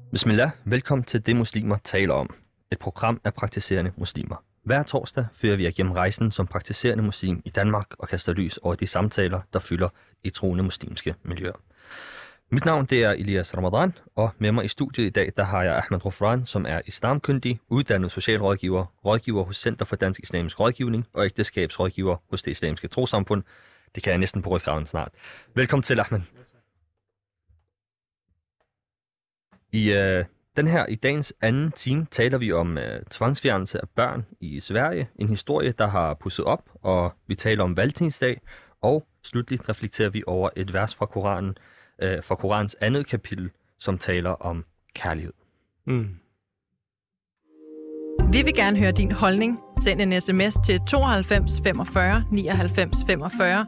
Bismillah, velkommen til Det Muslimer taler om. Et program af praktiserende muslimer. Hver torsdag fører vi igennem rejsen som praktiserende muslim i Danmark og kaster lys over de samtaler, der fylder i troende muslimske miljøer. Mit navn det er Elias Ramadan, og med mig i studiet i dag, der har jeg Ahmed Ghofran, som er islamkyndig, uddannet socialrådgiver, rådgiver hos Center for Dansk Islamisk Rådgivning og ægteskabsrådgiver hos Det Islamiske Trossamfund. Det kan jeg næsten på ryggraven snart. Velkommen til, Ahmed. I dagens anden time taler vi om tvangsfjernelse af børn i Sverige. En historie, der har pusset op, og vi taler om valgtingsdag. Og slutligt reflekterer vi over et vers fra Koranen, fra Korans andet kapitel, som taler om kærlighed. Vi vil gerne høre din holdning. Send en sms til 92 45 99 45.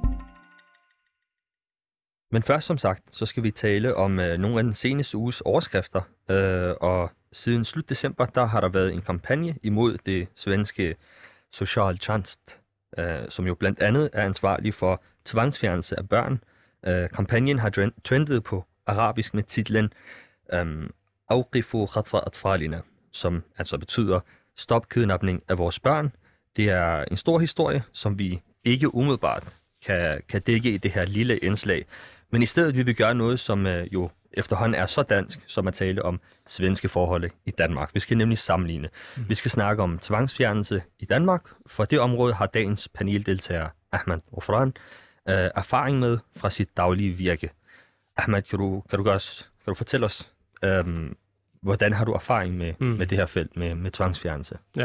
Men først som sagt, så skal vi tale om nogle af den seneste uges overskrifter. Og siden slut december, der har der været en kampagne imod det svenske Socialtjänst, som jo blandt andet er ansvarlig for tvangsfjernelse af børn. Kampagnen har trendet på arabisk med titlen Awqifu khatfa atfalina, som altså betyder stop kidnapning af vores børn. Det er en stor historie, som vi ikke umiddelbart kan dække i det her lille indslag. Men i stedet vil vi gøre noget, som jo efterhånden er så dansk, som at tale om svenske forhold i Danmark. Vi skal nemlig sammenligne. Vi skal snakke om tvangsfjernelse i Danmark. For det område har dagens paneldeltager Ahmed Ghofran erfaring med fra sit daglige virke. Ahmed, kan du fortælle os, hvordan har du erfaring med det her felt, med tvangsfjernelse? Ja.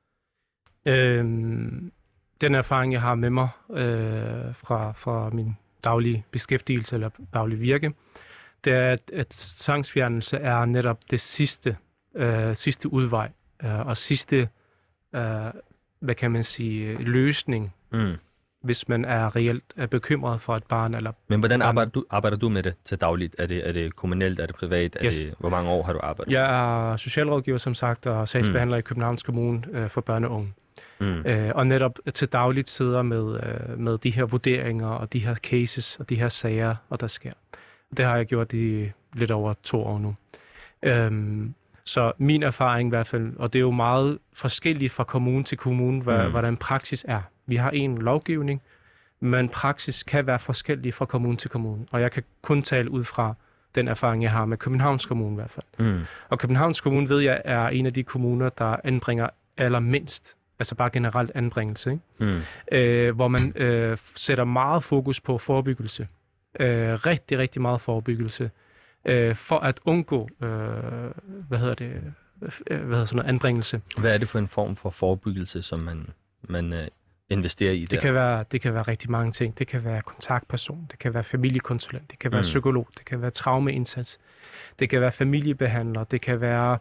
Den erfaring, jeg har med mig fra min daglige beskæftigelse eller daglige virke, det er, at tvangsfjernelse er netop det sidste udvej og sidste, hvad kan man sige, løsning, hvis man er reelt bekymret for et barn. Eller men hvordan arbejder du med det til dagligt? Er det kommunalt, er det privat? Hvor mange år har du arbejdet? Jeg er socialrådgiver, som sagt, og sagsbehandler i Københavns Kommune for børn og unge. Og netop til dagligt sidder med de her vurderinger og de her cases og de her sager, og der sker. Det har jeg gjort i lidt over 2 år nu. Så min erfaring i hvert fald, og det er jo meget forskelligt fra kommune til kommune, hvordan praksis er. Vi har en lovgivning, men praksis kan være forskellig fra kommune til kommune. Og jeg kan kun tale ud fra den erfaring, jeg har med Københavns Kommune i hvert fald. Og Københavns Kommune, ved jeg, er en af de kommuner, der anbringer allermindst. Altså bare generelt anbringelse, ikke? Hvor man sætter meget fokus på forebyggelse. Rigtig, rigtig meget forebyggelse. For at undgå, anbringelse. Hvad er det for en form for forebyggelse, som man investerer i der? Det kan være rigtig mange ting. Det kan være kontaktperson, det kan være familiekonsulent, det kan være psykolog, det kan være traumeindsats, det kan være familiebehandler, det kan være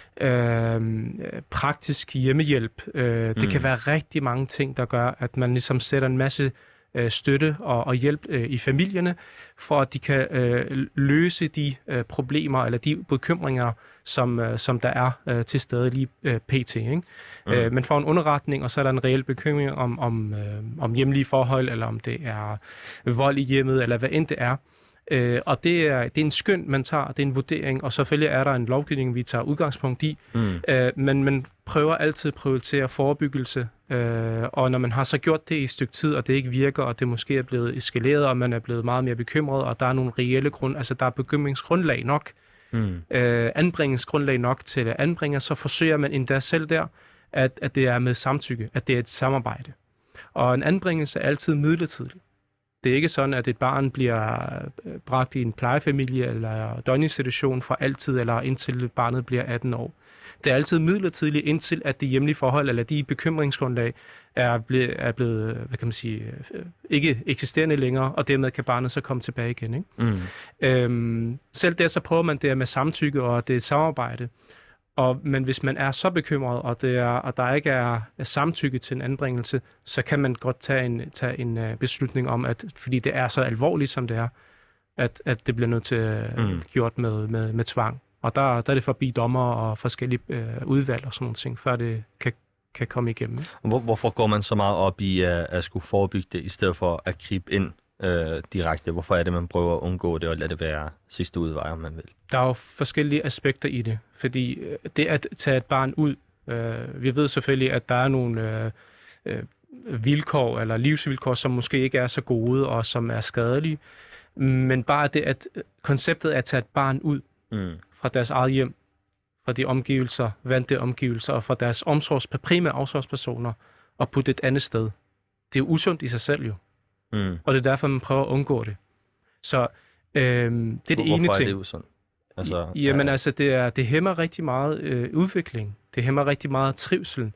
praktisk hjemmehjælp. Det kan være rigtig mange ting, der gør, at man ligesom sætter en masse støtte og hjælp i familierne, for at de kan løse de problemer eller de bekymringer, som der er til stede lige pt. Ikke? Man får en underretning, og så er der en reel bekymring om hjemlige forhold, eller om det er vold i hjemmet, eller hvad end det er. Og det er en skøn, man tager, det er en vurdering, og selvfølgelig er der en lovgivning, vi tager udgangspunkt i, men man prøver altid at prioritere forebyggelse, og når man har så gjort det i et stykke tid, og det ikke virker, og det måske er blevet eskaleret, og man er blevet meget mere bekymret, og der er nogle reelle der er bekymringsgrundlag nok, anbringelsesgrundlag nok til at anbringe, så forsøger man endda selv der, at det er med samtykke, at det er et samarbejde. Og en anbringelse er altid midlertidig. Det er ikke sådan, at et barn bliver bragt i en plejefamilie eller døgninstitution for altid, eller indtil barnet bliver 18 år. Det er altid midlertidigt, indtil at de hjemlige forhold eller de bekymringsgrundlag er blevet, hvad kan man sige, ikke eksisterende længere, og dermed kan barnet så komme tilbage igen. Ikke? Selv der så prøver man det med samtykke, og det er et samarbejde. Men hvis man er så bekymret, og der ikke er samtykke til en anbringelse, så kan man godt tage en beslutning om, at fordi det er så alvorligt, som det er, at det bliver nødt til gjort med tvang. Og der er det forbi dommer og forskellige udvalg og sådan nogle ting, før det kan komme igennem. Hvorfor går man så meget op i at skulle forebygge det, i stedet for at gribe ind direkte? Hvorfor er det, man prøver at undgå det og lade det være sidste udvej, om man vil? Der er jo forskellige aspekter i det, fordi det at tage et barn ud, vi ved selvfølgelig, at der er nogle vilkår eller livsvilkår, som måske ikke er så gode og som er skadelige, men bare det, at konceptet at tage et barn ud fra deres eget hjem, fra de omgivelser, vante omgivelser og fra deres primære omsorgspersoner og putte et andet sted, det er jo usundt i sig selv jo. Og det er derfor, man prøver at undgå det. Så det er det ene ting. Hvorfor er det usundt? Altså, Jamen altså, det hæmmer rigtig meget udvikling. Det hæmmer rigtig meget trivsel.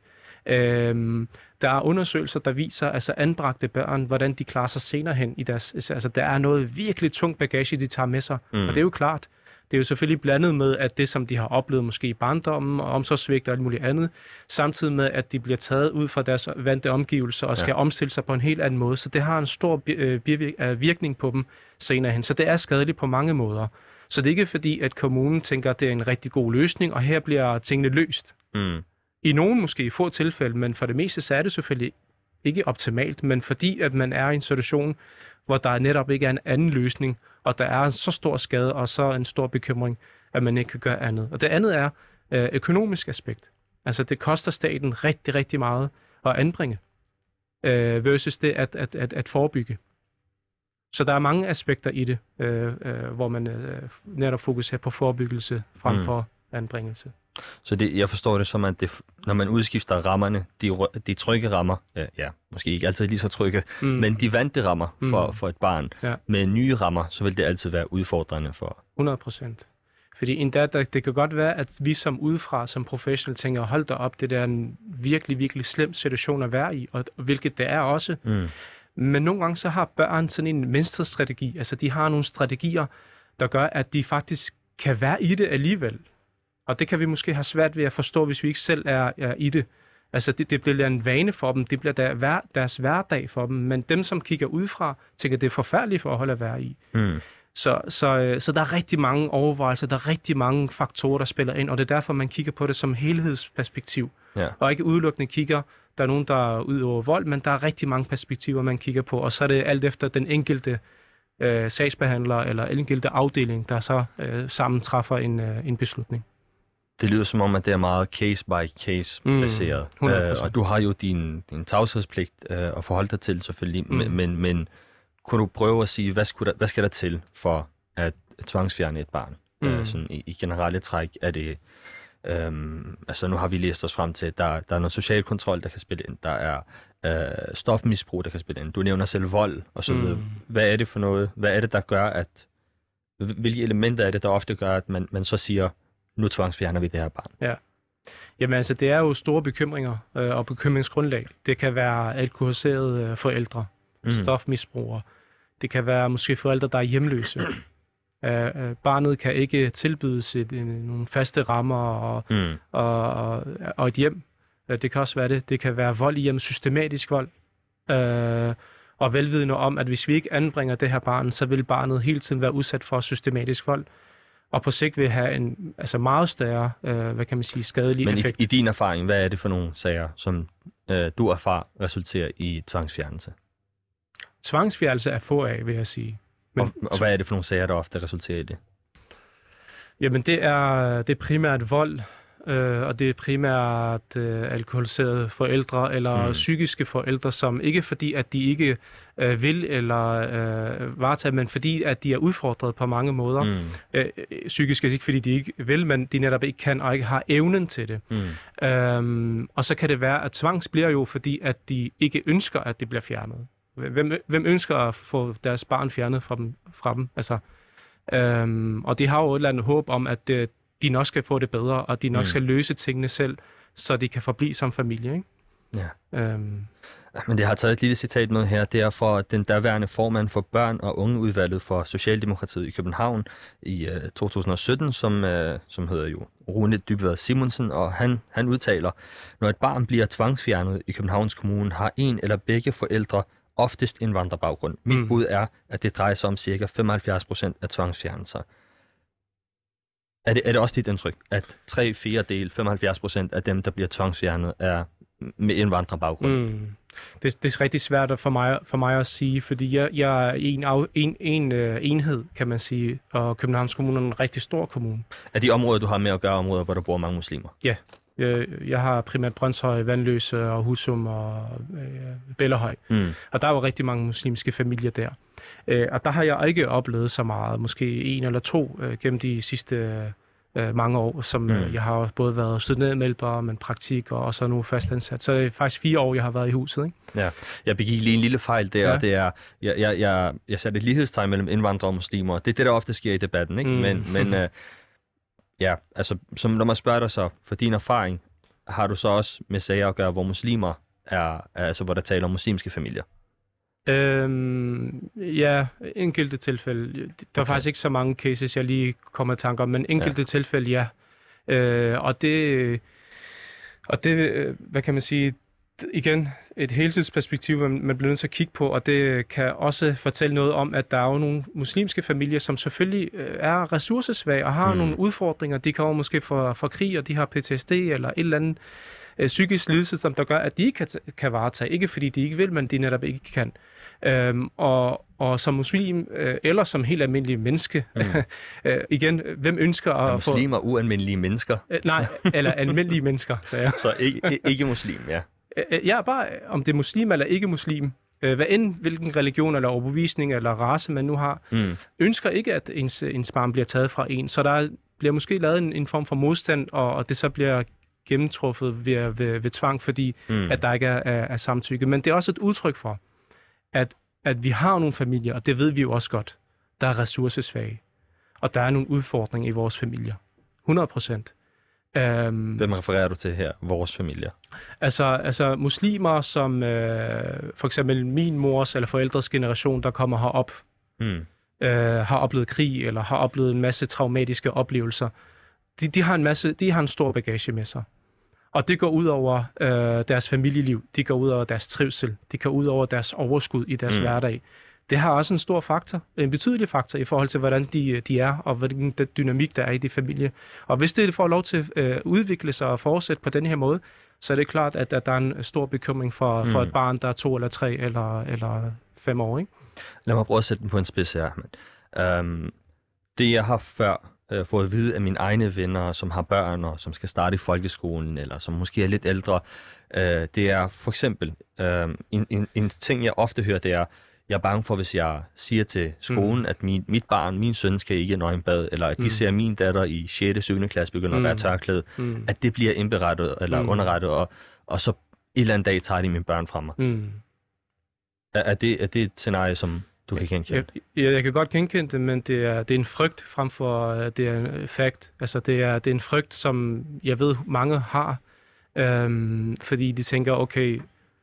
Der er undersøgelser, der viser altså anbragte børn, hvordan de klarer sig senere hen i deres... Altså, der er noget virkelig tungt bagage, de tager med sig. Og det er jo klart. Det er jo selvfølgelig blandet med, at det, som de har oplevet måske i barndommen og omsorgssvigt og alt muligt andet, samtidig med, at de bliver taget ud fra deres vante omgivelser og skal omstille sig på en helt anden måde. Så det har en stor virkning på dem senere hen. Så det er skadeligt på mange måder. Så det er ikke fordi, at kommunen tænker, at det er en rigtig god løsning, og her bliver tingene løst. I nogen måske i få tilfælde, men for det meste så er det selvfølgelig ikke optimalt, men fordi at man er i en situation, hvor der netop ikke er en anden løsning, og der er en så stor skade og så en stor bekymring, at man ikke kan gøre andet. Og det andet er økonomisk aspekt. Altså det koster staten rigtig, rigtig meget at anbringe, versus det at forebygge. Så der er mange aspekter i det, hvor man netop fokuserer på forebyggelse frem for anbringelse. Så jeg forstår det som, at når man udskifter rammerne, de trygge rammer, måske ikke altid lige så trygge, men de vante rammer for et barn, med nye rammer, så vil det altid være udfordrende for... 100%. Fordi endda, det kan godt være, at vi som udefra, som professionelle, tænker, hold da op, det der er en virkelig, virkelig slem situation at være i, og hvilket det er også. Men nogle gange så har børn sådan en mønsterstrategi, altså de har nogle strategier, der gør, at de faktisk kan være i det alligevel. Og det kan vi måske have svært ved at forstå, hvis vi ikke selv er i det. Altså det bliver en vane for dem, det bliver deres hverdag for dem, men dem, som kigger udefra, tænker, det er forfærdeligt forhold at være i. Så der er rigtig mange overvejelser, der er rigtig mange faktorer, der spiller ind, og det er derfor, man kigger på det som helhedsperspektiv. Og ikke udelukkende kigger, der er nogen, der udøver vold, men der er rigtig mange perspektiver, man kigger på, og så er det alt efter den enkelte sagsbehandler eller enkelte afdeling, der så sammen træffer en beslutning. Det lyder som om, at det er meget case-by-case baseret. Og du har jo din tavshedspligt at forholde dig til selvfølgelig, men kunne du prøve at sige, hvad skal der til for at tvangsfjerne et barn? Sådan i generelle træk er det... altså nu har vi læst os frem til, at der er noget social kontrol, der kan spille ind. Der er stofmisbrug, der kan spille ind. Du nævner selv vold og så videre. Hvad er det for noget? Hvad er det, der gør, at... Hvilke elementer er det, der ofte gør, at man så siger, nu tvangsfjerner vi det her barn? Ja. Jamen altså, det er jo store bekymringer og bekymringsgrundlag. Det kan være alkoholiserede forældre, stofmisbrugere. Det kan være måske forældre, der er hjemløse. Barnet kan ikke tilbydes nogle faste rammer og et hjem. Det kan også være det. Det kan være vold i hjem, systematisk vold. Og velvidende om, at hvis vi ikke anbringer det her barn, så vil barnet hele tiden være udsat for systematisk vold. Og på sigt vil have en meget større, skadelig effekt. Men i din erfaring, hvad er det for nogle sager, som du erfarer resulterer i tvangsfjernelse? Tvangsfjernelse er få af, vil jeg sige. Men, og hvad er det for nogle sager, der ofte resulterer i det? Jamen, det er primært vold, og det er primært alkoholiserede forældre eller psykiske forældre, som ikke fordi, at de ikke vil eller varetage, men fordi, at de er udfordret på mange måder. Psykisk er ikke fordi, de ikke vil, men de netop ikke kan og ikke har evnen til det. Og så kan det være, at tvangs bliver jo, fordi at de ikke ønsker, at det bliver fjernet. Hvem ønsker at få deres barn fjernet fra dem? Altså, og de har jo et eller andet håb om, at de nok skal få det bedre, og de nok skal løse tingene selv, så de kan forblive som familie, ikke? Ja. Men det har taget et lille citat med her. Det er for den derværende formand for børn- og ungeudvalget for Socialdemokratiet i København i 2017, som hedder jo Rune Dybvad Simonsen, og han udtaler, når et barn bliver tvangsfjernet i Københavns Kommune, har en eller begge forældre oftest indvandrerbaggrund. Mit bud er, at det drejer sig om ca. 75% af tvangsfjernelser. Er det også dit indtryk, at 3/4, 75% af dem, der bliver tvangsfjernet, er med indvandrerbaggrund? Det er rigtig svært for mig at sige, fordi jeg er en enhed, kan man sige, og Københavns Kommune er en rigtig stor kommune. Er de områder, du har med at gøre, områder, hvor der bor mange muslimer? Ja. Jeg har primært Brønshøj, Vandløse og Husum og Bellahøj. Og der er jo rigtig mange muslimske familier der. Og der har jeg ikke oplevet så meget, måske 1 eller 2 gennem de sidste mange år, som jeg har både været studentermedhjælper, men praktik og så nu fastansat. Så det er faktisk 4 år, jeg har været i huset, ikke? Ja, jeg begik lige en lille fejl der, og det er, jeg satte et lighedstegn mellem indvandrere og muslimer. Det er det, der ofte sker i debatten, ikke? Men ja, altså, som når man spørger dig så, for din erfaring, har du så også med sager at gøre, hvor muslimer altså hvor der taler om muslimske familier? Ja, enkelte tilfælde. Der er faktisk ikke så mange cases, jeg lige kommer i tanke om, men enkelte tilfælde, ja. Og det, hvad kan man sige, igen, et helhedsperspektiv, man bliver nødt til at kigge på, og det kan også fortælle noget om, at der er jo nogle muslimske familier, som selvfølgelig er ressourcesvage og har nogle udfordringer. De kommer måske fra krig, og de har PTSD eller et eller andet psykisk lidelse, som der gør, at de ikke kan varetage. Ikke fordi de ikke vil, men de netop ikke kan. Og som muslim, eller som helt almindelige menneske, igen, hvem ønsker at få... Muslimer ualmindelige mennesker? Nej, eller almindelige mennesker, sagde jeg. Så ikke muslim, ja. Ja, bare om det er muslim eller ikke muslim, hvad end hvilken religion eller overbevisning eller race man nu har, ønsker ikke, at ens barn bliver taget fra en. Så der bliver måske lavet en form for modstand, og det så bliver gennemtruffet ved tvang, fordi at der ikke er samtykke. Men det er også et udtryk for, at vi har nogle familier, og det ved vi jo også godt, der er ressourcesvage. Og der er nogle udfordringer i vores familier. 100%. Hvem refererer du til her, vores familier? Altså muslimer, som for eksempel min mors eller forældres generation, der kommer herop, har oplevet krig, eller har oplevet en masse traumatiske oplevelser. De har en stor bagage med sig. Og det går ud over deres familieliv, det går ud over deres trivsel, det går ud over deres overskud i deres hverdag. Det har også en stor faktor, en betydelig faktor i forhold til, hvordan de er, og hvilken dynamik der er i de familie. Og hvis det får lov til at udvikle sig og fortsætte på den her måde, så er det klart, at der er en stor bekymring for et barn, der er 2 eller 3 eller 5 år. Ikke? Lad mig prøve at sætte den på en spids her. Det jeg har før fået at vide af mine egne venner, som har børn og som skal starte i folkeskolen, eller som måske er lidt ældre, det er for eksempel en ting, jeg ofte hører, det er, jeg er bange for, hvis jeg siger til skolen, at min søn skal ikke i nøgenbad, eller at de ser min datter i 6. og 7. klasse begynder at være tørklæde, at det bliver indberettet eller underrettet, og så en eller anden dag tager de mine børn fra mig. Er det et scenarie, som du kan genkende? Jeg kan godt genkende det, men det er en frygt frem for, det er en fact. Altså det er en frygt, som jeg ved, mange har, fordi de tænker, okay,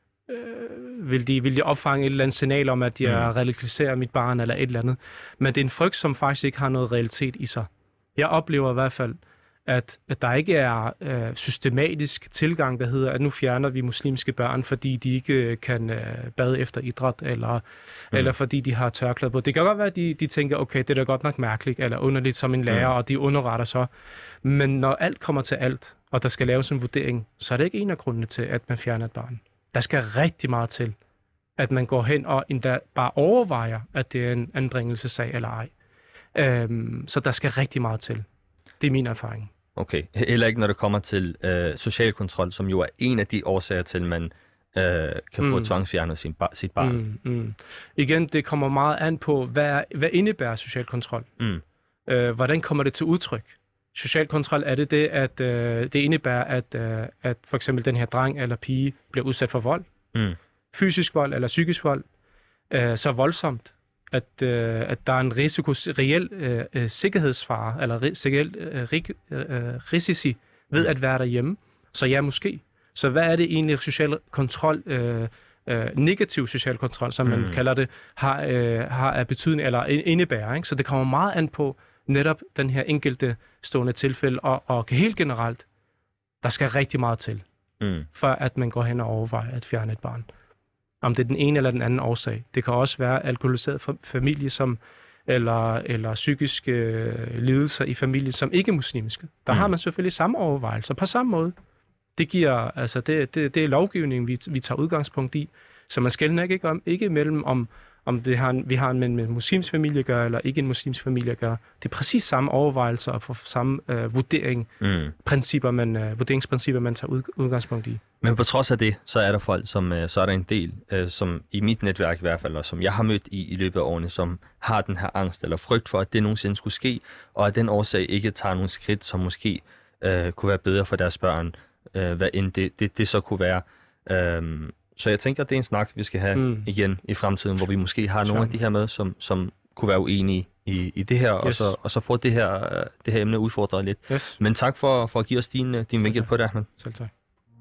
vil de opfange et eller andet signal om, at jeg radikaliserer mit barn eller et eller andet. Men det er en frygt, som faktisk ikke har noget realitet i sig. Jeg oplever i hvert fald, at der ikke er systematisk tilgang, der hedder, at nu fjerner vi muslimske børn, fordi de ikke kan bade efter idræt, eller fordi de har tørklæde på. Det kan godt være, at de tænker, okay, det er da godt nok mærkeligt, eller underligt som en lærer, og de underretter så. Men når alt kommer til alt, og der skal laves en vurdering, så er det ikke en af grundene til, at man fjerner et barn. Der skal rigtig meget til, at man går hen og endda bare overvejer, at det er en anbringelsessag eller ej. Så der skal rigtig meget til. Det er min erfaring. Okay. Heller ikke når det kommer til social kontrol, som jo er en af de årsager til, at man kan få tvangsfjernet sit barn. Igen, det kommer meget an på, hvad indebærer social kontrol? Hvordan kommer det til udtryk? Social kontrol, er det, at det indebærer, at for eksempel den her dreng eller pige bliver udsat for vold? Fysisk vold eller psykisk vold? Så voldsomt, at der er en reel sikkerhedsfare, eller risici ved at være derhjemme. Så ja, måske. Så hvad er det egentlig social kontrol, negativ social kontrol, som man kalder det, har af betydning, eller indebærer? Ikke? Så det kommer meget an på netop den her enkelte stående tilfælde, og helt generelt, der skal rigtig meget til, for at man går hen og overvejer at fjerne et barn. Om det er den ene eller den anden årsag. Det kan også være alkoholiseret familie, eller psykiske lidelser i familie, som ikke er muslimske. Der har man selvfølgelig samme overvejelser på samme måde. Det giver, altså det er lovgivningen, vi tager udgangspunkt i. Så man skelner ikke mellem, om vi har med en muslims familie at gøre, eller ikke en muslims familie at gøre. Det er præcis samme overvejelser og samme vurderingsprincipper, man tager udgangspunkt i. Men på trods af det, så er der folk, så er der en del, som i mit netværk i hvert fald, og som jeg har mødt i løbet af årene, som har den her angst eller frygt for, at det nogensinde skulle ske, og at den årsag ikke tager nogle skridt, som måske kunne være bedre for deres børn, hvad end det så kunne være. Så jeg tænker, at det er en snak, vi skal have igen i fremtiden, hvor vi måske har nogle af de her med, som kunne være uenige i det her, yes. og så få det her emne udfordret lidt. Yes. Men tak for at give os din vinkel på det, Ahmed. Selv tak.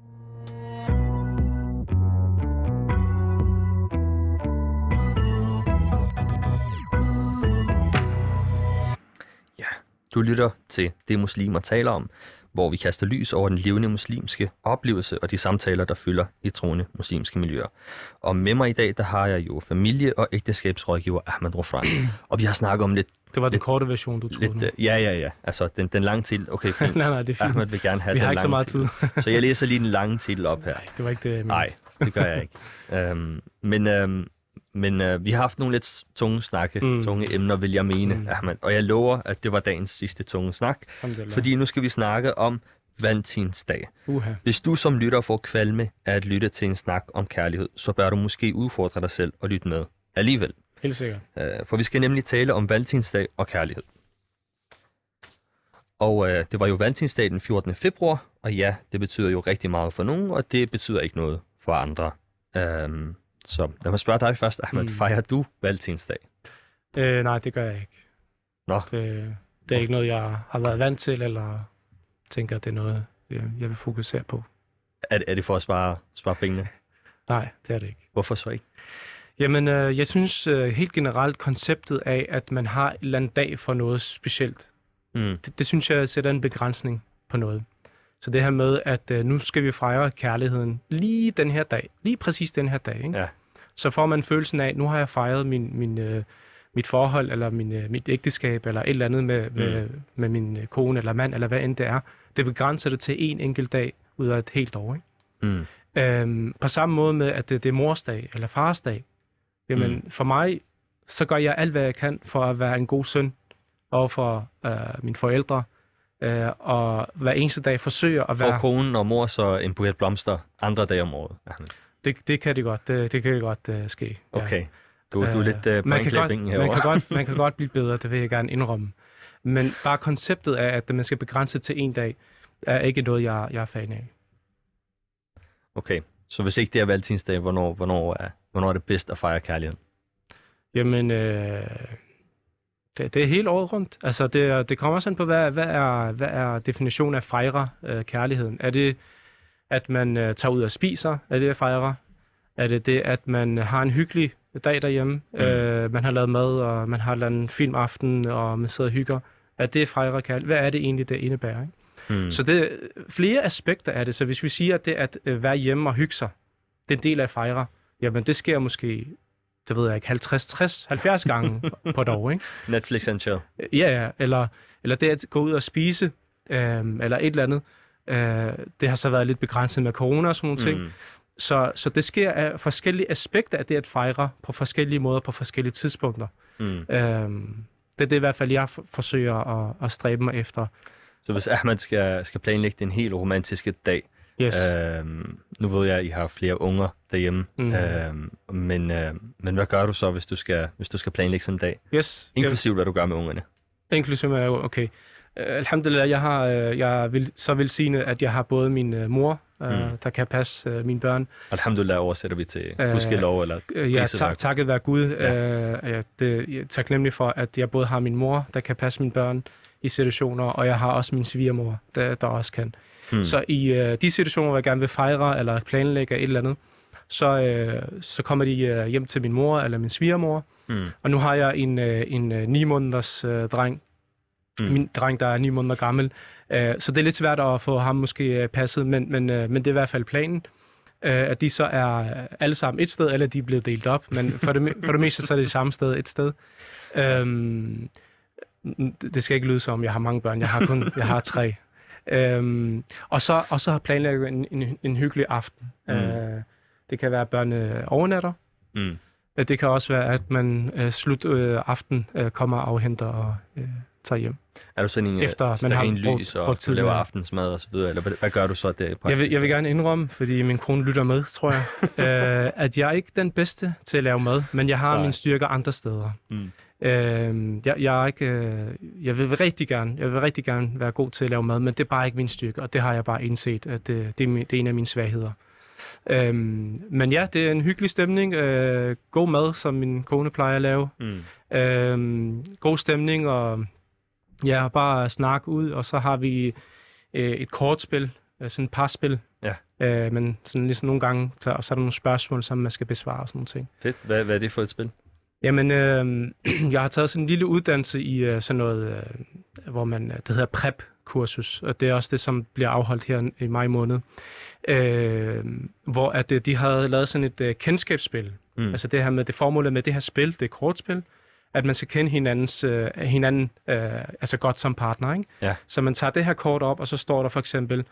Ja, du lytter til Det Muslimer taler om, hvor vi kaster lys over den levende muslimske oplevelse og de samtaler, der fylder i troende muslimske miljøer. Og med mig i dag, der har jeg jo familie- og ægteskabsrådgiver Ahmed Rofran. Og vi har snakket om lidt... Det var den korte version, du troede nu. Ja. Altså, den lange titel. Okay, fint. nej, det er fint. Ahmed vil gerne have vi den har ikke så meget titel. Tid. Så jeg læser lige den lange titel op her. Nej, det var ikke det. Nej, det gør jeg ikke. Men vi har haft nogle lidt tunge tunge emner, vil jeg mene, Ahmed. Og jeg lover, at det var dagens sidste tunge snak. Fordi nu skal vi snakke om valentinsdag. Hvis du som lytter får kvalme af at lytte til en snak om kærlighed, så bør du måske udfordre dig selv og lytte med alligevel. Helt sikkert. For vi skal nemlig tale om valentinsdag og kærlighed. Og det var jo valentinsdag den 14. februar, og ja, det betyder jo rigtig meget for nogen, og det betyder ikke noget for andre. Så lad mig spørge dig først, Ahmed. Fejrer du valentinsdag? Nej, det gør jeg ikke. Nå. Det er ikke noget, jeg har været vant til, eller tænker, det er noget, jeg vil fokusere på. Er det for at spare pengene? Nej, det er det ikke. Hvorfor så ikke? Jamen, jeg synes helt generelt konceptet af, at man har en eller anden dag for noget specielt, det synes jeg sætter en begrænsning på noget. Så det her med, at nu skal vi fejre kærligheden lige den her dag, lige præcis den her dag, ikke? Ja. Så får man følelsen af, at nu har jeg fejret mit forhold, eller mit ægteskab, eller et eller andet med min kone, eller mand, eller hvad end det er. Det begrænser det til en enkelt dag ud af et helt år, ikke? På samme måde med, at det er morsdag, eller farsdag. Jamen, for mig, så gør jeg alt, hvad jeg kan for at være en god søn overfor mine forældre, og hver eneste dag forsøger at være... Får konen og mor så en buket blomster andre dage om året? Det kan det godt. Det kan det godt ske. Ja. Okay. Du er lidt på anklagebænken herovre. Man kan godt blive bedre, det vil jeg gerne indrømme. Men bare konceptet af, at man skal begrænse til en dag, er ikke noget, jeg er fan af. Okay. Så hvis ikke det er valentinsdag, hvornår er det bedst at fejre kærligheden? Jamen... Det er helt året rundt. Altså, det kommer også an på, hvad er definitionen af fejre kærligheden? Er det, at man tager ud og spiser? Er det at fejre? Er det det, at man har en hyggelig dag derhjemme? Man har lavet mad, og man har lavet en filmaften, og man sidder og hygger? Er det fejre kærlighed? Hvad er det egentlig, det indebærer? Ikke? Så det er flere aspekter af det. Så hvis vi siger, at det at være hjemme og hygge sig, det er en del af at fejre, jamen det sker måske... Det ved jeg ikke, 70 gange på et år, ikke? Netflix and chill. Ja, eller det at gå ud og spise, eller et eller andet. Det har så været lidt begrænset med corona og sådan nogle ting. Så det sker af forskellige aspekter af det at fejre på forskellige måder, på forskellige tidspunkter. Det er det i hvert fald, jeg forsøger at stræbe mig efter. Så hvis Ahmed skal planlægge den helt romantiske dag, yes. Nu ved jeg, at I har flere unger derhjemme, men hvad gør du så, hvis du skal planlægge sådan en dag? Yes. Inklusive hvad du gør med ungerne? Inklusive, okay. Alhamdulillah, jeg vil så velsigne, at jeg har både min mor, der kan passe mine børn. Alhamdulillah oversætter vi til gudskelov eller takket være Gud. Jeg er taknemmelig for, at jeg både har min mor, der kan passe mine børn i situationer, og jeg har også min svigermor, der også kan. Så i de situationer, hvor jeg gerne vil fejre eller planlægge et eller andet, så kommer de hjem til min mor eller min svigermor. Og nu har jeg en 9 måneders dreng. Min dreng, der er 9 måneder gammel. Så det er lidt svært at få ham måske passet, men det er i hvert fald planen. At de så er alle sammen et sted, eller de er blevet delt op. Men for det meste så er det samme sted, et sted. Det skal ikke lyde som, jeg har mange børn. Jeg har 3. Og så har planlagt en hyggelig aften. Det kan være, at børnene overnatter. Det kan også være, at man slut aften kommer og afhenter og tager hjem. Er du sådan en, efter man har lys, og du laver aftensmad og så videre, eller hvad gør du så der? Jeg vil gerne indrømme, fordi min kone lytter med, tror jeg, at jeg er ikke den bedste til at lave mad, men jeg har mine styrker andre steder. Jeg vil rigtig gerne være god til at lave mad, men det er bare ikke min styrke, og det har jeg bare indset, at det er en af mine svagheder. Men ja, det er en hyggelig stemning. God mad, som min kone plejer at lave. God stemning, og ja, bare snakke ud, og så har vi et kortspil, sådan et parspil. Ja. Men sådan ligesom nogle gange, og så er der nogle spørgsmål, som man skal besvare og sådan nogle ting. Fedt. Hvad er det for et spil? Jamen, jeg har taget sådan en lille uddannelse i sådan noget, hvor det hedder PrEP-kursus, og det er også det, som bliver afholdt her i maj måned, hvor at de havde lavet sådan et kendskabsspil. Altså det her med det formålet med det her spil, det er kortspil, at man skal kende hinanden altså godt som partner, ikke? Ja. Så man tager det her kort op, og så står der for eksempel,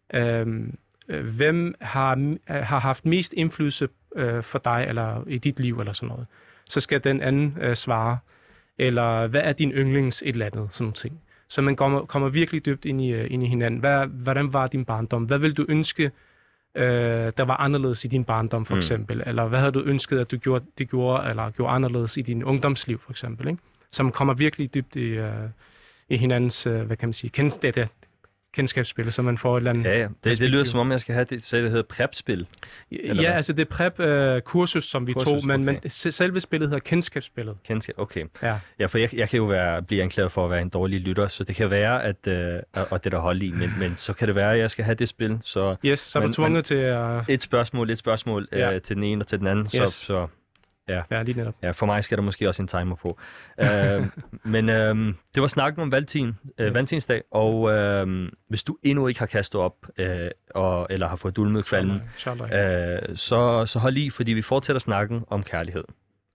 hvem har haft mest indflydelse for dig, eller i dit liv, eller sådan noget. Så skal den anden svare, eller hvad er din yndlings et eller andet, sådan nogle ting. Så man kommer virkelig dybt ind i hinanden. Hvordan var din barndom? Hvad vil du ønske, der var anderledes i din barndom, for eksempel? Eller hvad havde du ønsket, at du gjorde anderledes i din ungdomsliv, for eksempel? Ikke? Så man kommer virkelig dybt i hinandens, hvad kan man sige, kendskabsspil, så man får et eller andet. Ja. Det lyder som om, jeg skal have det, så det hedder PrEP-spil. Ja, altså det er PrEP-kursus, som vi tog, men selve spillet hedder kendskabsspillet. Okay. Ja, for jeg kan jo blive anklaget for at være en dårlig lytter, så det kan være, at og det der holder i, men så kan det være, at jeg skal have det spil. Så så er du tvunget til at... Et spørgsmål til den ene og til den anden, så Ja, lige netop. Ja, for mig skal der måske også en timer på. Men det var snakken om valentinsdag, og hvis du endnu ikke har kastet op, eller har fået dulmet kvalmen, så hold i, fordi vi fortsætter snakken om kærlighed.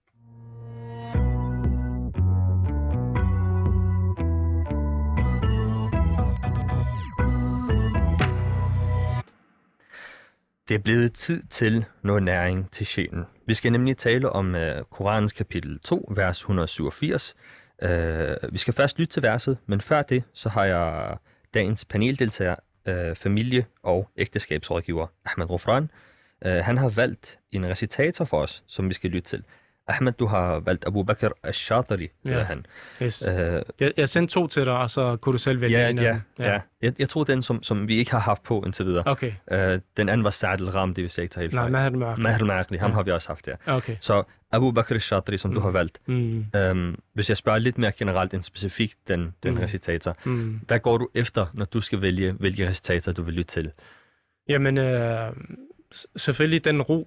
Det er blevet tid til noget næring til sjælen. Vi skal nemlig tale om Koranens kapitel 2, vers 187. Vi skal først lytte til verset, men før det, så har jeg dagens paneldeltager, familie- og ægteskabsrådgiver Ahmed Rofran. Han har valgt en recitator for os, som vi skal lytte til. Ahmed, du har valgt Abu Bakr al-Shatari, hedder han. Yes. Jeg sendte 2 til dig, og så kunne du selv vælge en af dem. Ja. Jeg tror den, som vi ikke har haft på indtil videre. Okay. Den anden var Sa'd al-Ram, det vil sige ikke tage helt fejl. Maher al-Maqli, ham har vi også haft, ja. Okay. Så Abu Bakr al-Shatari, som du har valgt. Hvis jeg spørger lidt mere generelt end specifikt den recitator, hvad går du efter, når du skal vælge, hvilke recitator du vil lytte til? Jamen, selvfølgelig den ro.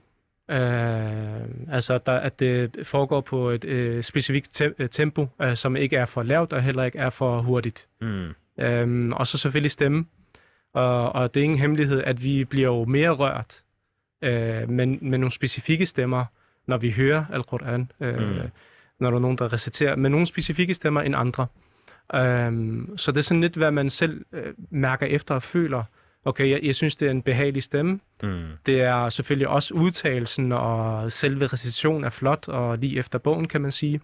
Altså at det foregår på et specifikt tempo, som ikke er for lavt og heller ikke er for hurtigt. Og så selvfølgelig stemme. Og det er ingen hemmelighed, at vi bliver jo mere rørt med nogle specifikke stemmer, når vi hører Al-Quran, når der er nogen, der reciterer, med nogle specifikke stemmer end andre. Så det er sådan lidt, hvad man selv mærker efter og føler. Okay, jeg synes, det er en behagelig stemme. Det er selvfølgelig også udtalelsen, og selve recitationen er flot, og lige efter bogen, kan man sige.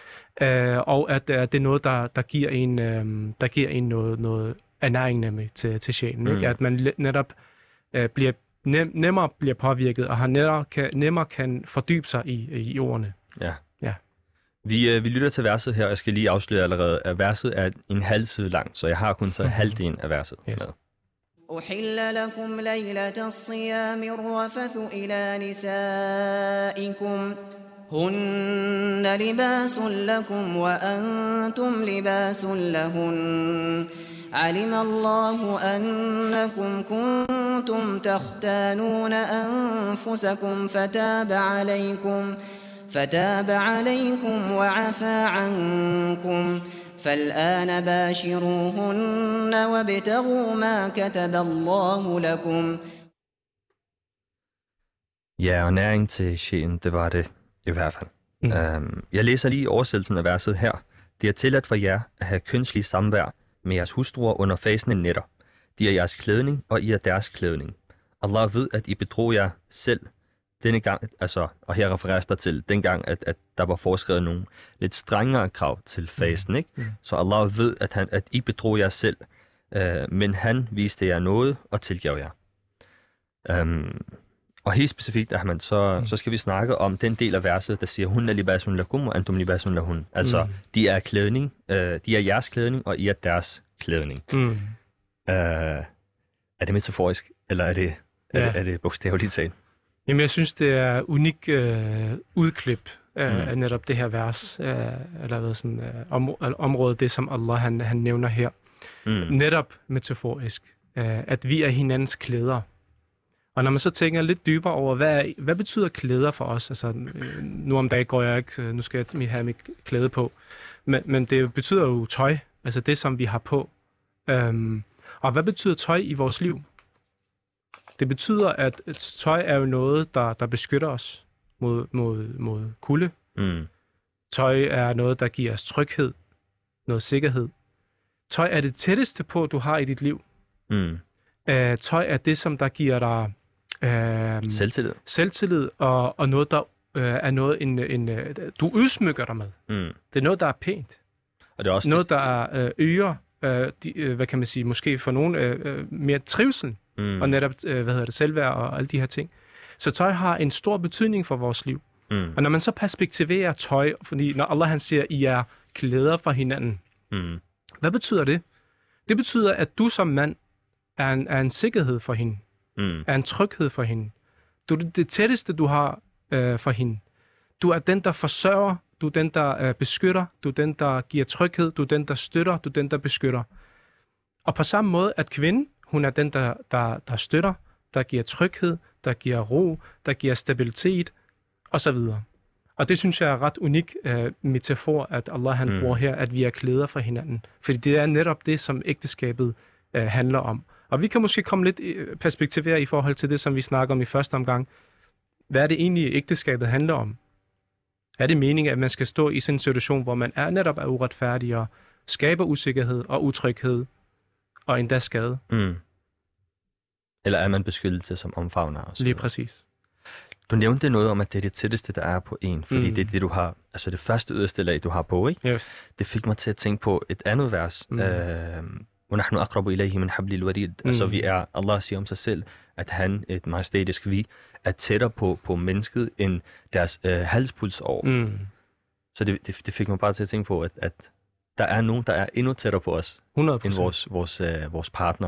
Og at det er noget, der giver en noget ernæring nemlig til sjælen. Ikke? At man netop nemmere bliver påvirket, og nemmere kan fordybe sig i ordene. Ja. Vi lytter til verset her, og jeg skal lige afsløre allerede, at verset er en halv side langt, så jeg har kun taget halvdelen af verset med. أحل لكم ليلة الصيام الرفث إلى نسائكم هن لباس لكم وأنتم لباس لهن علم الله أنكم كنتم تختانون أنفسكم فتاب عليكم وعفى عنكم فالآن باشروهن وابتغوا ما كتب الله لكم. Ja, og næring til sjælen, det var det i hvert fald. Jeg læser lige oversættelsen af verset her. Det er tilladt for jer at have kønslig samvær med jeres hustruer under fasende nætter. De er jeres klædning, og I er deres klædning. Allah ved, at I bedrog jer selv denne gang, altså, og her refereres der til dengang, at der var foreskrevet nogle lidt strengere krav til fasten, ikke? Så Allah ved, at I bedrog jer selv, men han viste jer noget og tilgav jer. Og helt specifikt, Ahmed, så skal vi snakke om den del af verset, der siger, hun er libasun lakum, og antum libasun lahun. Altså, de er klædning, de er jeres klædning, og I er deres klædning. Er det metaforisk, eller er det bogstaveligt talt? Jamen, jeg synes, det er unik udklip af netop det her vers, eller sådan område, det som Allah han nævner her. Netop metaforisk, at vi er hinandens klæder. Og når man så tænker lidt dybere over, hvad betyder klæder for os? Altså, nu om dagen går jeg ikke, nu skal jeg have mit klæde på. Men det betyder jo tøj, altså det, som vi har på. Og hvad betyder tøj i vores liv? Det betyder, at tøj er jo noget, der beskytter os mod kulde. Tøj er noget, der giver os tryghed, noget sikkerhed. Tøj er det tætteste på, du har i dit liv. Tøj er det, som der giver dig selvtillid og noget, der er noget, du udsmykker dig med. Det er noget, der er pænt. Og det er også noget, der øger, hvad kan man sige, måske for nogen mere trivsel, og netop, selvværd og alle de her ting. Så tøj har en stor betydning for vores liv. Og når man så perspektiverer tøj, fordi når Allah han siger, I er klæder for hinanden, hvad betyder det? Det betyder, at du som mand er en sikkerhed for hende, er en tryghed for hende. Du er det tætteste, du har for hende. Du er den, der forsørger, du er den, der beskytter, du er den, der giver tryghed, du er den, der støtter, du er den, der beskytter. Og på samme måde, at kvinden, hun er den, der støtter, der giver tryghed, der giver ro, der giver stabilitet, osv. Og det synes jeg er ret unik metafor, at Allah han bruger her, at vi er klæder for hinanden. Fordi det er netop det, som ægteskabet handler om. Og vi kan måske komme lidt perspektivere i forhold til det, som vi snakker om i første omgang. Hvad er det egentlig, ægteskabet handler om? Er det meningen, at man skal stå i sådan en situation, hvor man netop er uretfærdig og skaber usikkerhed og utryghed og endda skade? Eller er man beskyttelse som omfavner os? Lige præcis. Du nævnte noget om, at det er det tætteste, der er på en, fordi det er det, du har, altså det første yderste lag, du har på, ikke? Yes. Det fik mig til at tænke på et andet vers. وَنَحْنُ أَقْرَبُ إِلَيْهِ مِنْ حَبْلِ الْوَرِيدِ. Altså vi er, Allah siger om sig selv, at han, et majestætisk vi, er tættere på mennesket end deres halspulsår. Så det fik mig bare til at tænke på, at der er nogen, der er endnu tættere på os, 100%. End vores partner.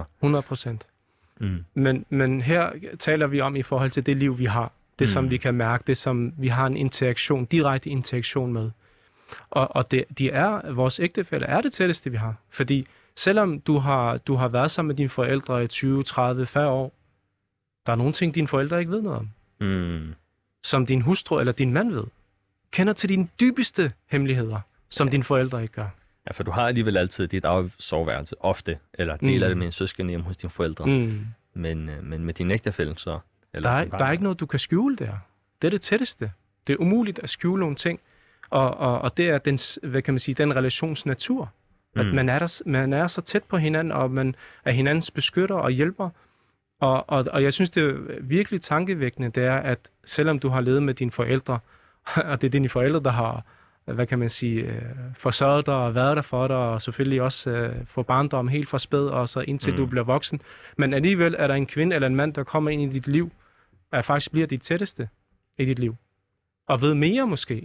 100%. Men her taler vi om i forhold til det liv, vi har. Det, som vi kan mærke, det, som vi har en direkte interaktion med. Og vores ægtefælle er det tætteste, vi har. Fordi selvom du har været sammen med dine forældre i 20, 30, 40 år, der er nogle ting, dine forældre ikke ved noget om. Som din hustru eller din mand ved. Kender til dine dybeste hemmeligheder, som dine forældre ikke gør. Ja, for du har alligevel altid dit eget soveværelse, ofte, eller deler det med en søskende hjemme hos dine forældre. Men med din ægtefælle, så... Der er ikke noget, du kan skjule der. Det er det tætteste. Det er umuligt at skjule nogle ting. Og det er den relations natur. At man er så tæt på hinanden, og man er hinandens beskytter og hjælper. Og jeg synes, det er virkelig tankevækkende, det er, at selvom du har levet med dine forældre, og det er dine forældre, der har, forsørget dig og været der for dig, og selvfølgelig også få barndom helt fra spæd, og så indtil du bliver voksen. Men alligevel er der en kvinde eller en mand, der kommer ind i dit liv, og faktisk bliver dit tætteste i dit liv. Og ved mere måske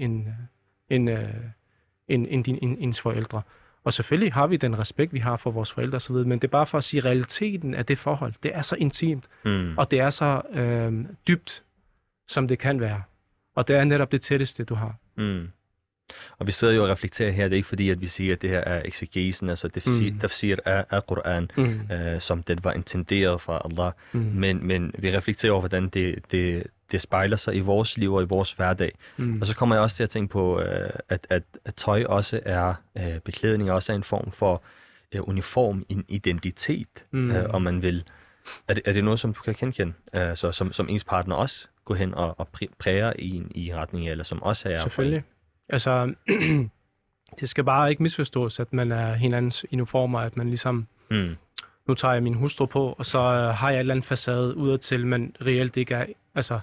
end ens forældre. Og selvfølgelig har vi den respekt, vi har for vores forældre osv., men det er bare for at sige, at realiteten af det forhold, det er så intimt, og det er så dybt, som det kan være. Og det er netop det tætteste, du har. Og vi sidder jo og reflekterer her, det er ikke fordi, at vi siger, at det her er exegesen, altså tafsir af Quran, som det var intenderet fra Allah, men vi reflekterer over, hvordan det spejler sig i vores liv og i vores hverdag. Og så kommer jeg også til at tænke på, at tøj også er, beklædning også er en form for uniform, en identitet, om man vil. Er det noget, som du kan genkende, altså, som ens partner også går hen og præger i retning, eller som også er... Selvfølgelig. Altså, det skal bare ikke misforstås, at man er hinandens uniformer, at man ligesom nu tager jeg min hustru på, og så har jeg et eller andet facade udadtil, men reelt ikke er, altså,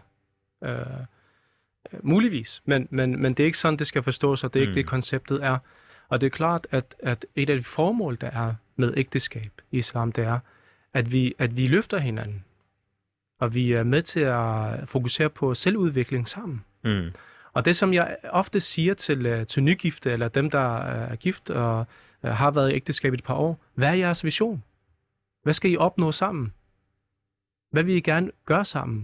muligvis. Men det er ikke sådan, det skal forstås, og det er ikke det, konceptet er. Og det er klart, at et af de formål, der er med ægteskab i islam, det er, at vi løfter hinanden. Og vi er med til at fokusere på selvudvikling sammen. Og det, som jeg ofte siger til nygifte, eller dem, der er gift og har været i ægteskab i et par år, hvad er jeres vision? Hvad skal I opnå sammen? Hvad vil I gerne gøre sammen?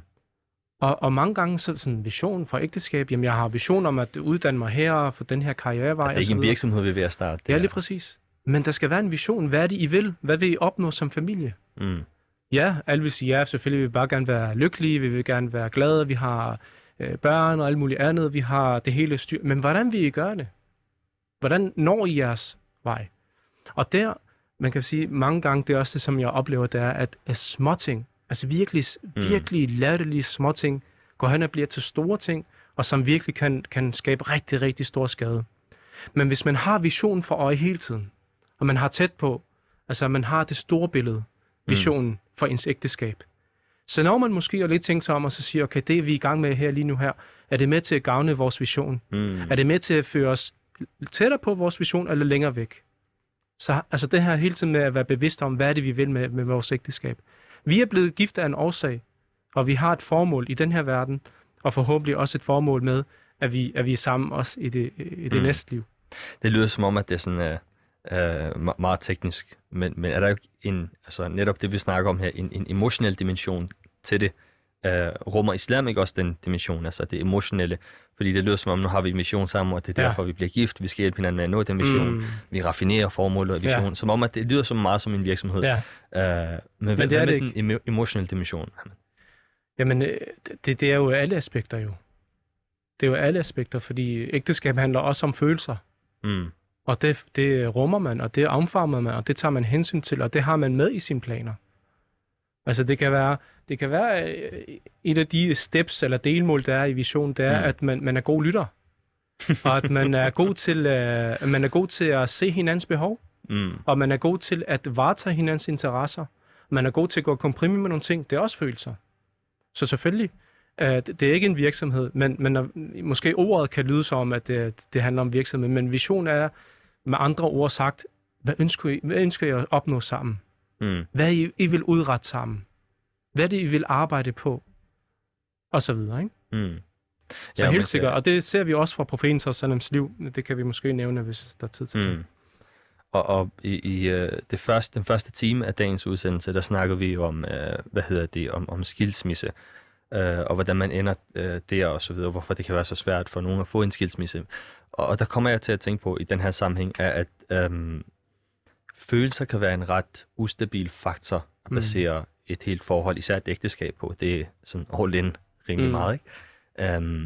Og mange gange så sådan en vision for ægteskab, jamen jeg har vision om at uddanne mig her og få den her karrierevej. Det er ikke en virksomhed, vi er ved at starte. Ja, lige præcis. Men der skal være en vision. Hvad er det, I vil? Hvad vil I opnå som familie? Ja, alle vil sige ja, selvfølgelig vil vi bare gerne være lykkelige, vi vil gerne være glade, vi har børn og alt muligt andet, vi har det hele styr. Men hvordan vil I gøre det? Hvordan når I jeres vej? Og der, man kan sige, mange gange, det er også det, som jeg oplever, det er, at småting, altså virkelig latterlige småting, går hen og bliver til store ting, og som virkelig kan skabe rigtig, rigtig stor skade. Men hvis man har visionen for øje hele tiden, og man har tæt på, altså man har det store billede, visionen for ens ægteskab, så når man måske lidt tænker sig om, og så siger, okay, det er vi i gang med her lige nu her, er det med til at gavne vores vision? Er det med til at føre os tættere på vores vision, eller længere væk? Så altså det her hele tiden med at være bevidst om, hvad er det, vi vil med vores ægteskab. Vi er blevet gift af en årsag, og vi har et formål i den her verden, og forhåbentlig også et formål med, at vi er sammen også i det næste liv. Det lyder som om, at det er sådan meget teknisk, men er der jo altså netop det, vi snakker om her, en emotionel dimension til det? Rummer islam ikke også den dimension, altså det emotionelle? Fordi det lyder som om, nu har vi en mission sammen, og det er derfor, vi bliver gift. Vi skal hjælpe hinanden med at nå den mission. Vi raffinerer formålet og visionen. Som om, at det lyder så meget som en virksomhed. Men hvad er den emotionelle dimension? Jamen, det er jo alle aspekter jo. Det er jo alle aspekter, fordi ægteskab handler også om følelser. Og det rummer man, og det omfavner man, og det tager man hensyn til, og det har man med i sine planer. Altså det kan være et af de steps eller delmål, der er i visionen, det er, at man er god lytter. Og at man er god til at se hinandens behov. Og man er god til at varetage hinandens interesser. Man er god til at gå kompromis med nogle ting. Det er også følelser. Så selvfølgelig, det er ikke en virksomhed, men måske ordet kan lyde som, at det handler om virksomhed. Men vision er med andre ord sagt, hvad ønsker I at opnå sammen? Hvad I vil udrette sammen? Hvad er det, I vil arbejde på? Og så videre, ikke? Så helt sikkert. Og det ser vi også fra profeten Sallams liv. Det kan vi måske nævne, hvis der er tid til det. Og i den første time af dagens udsendelse, der snakker vi om, om skilsmisse. Og hvordan man ender der og så videre. Hvorfor det kan være så svært for nogen at få en skilsmisse. Og der kommer jeg til at tænke på i den her sammenhæng, at følelser kan være en ret ustabil faktor at basere et helt forhold, især et ægteskab på. Det er sådan all in rimelig meget, ikke?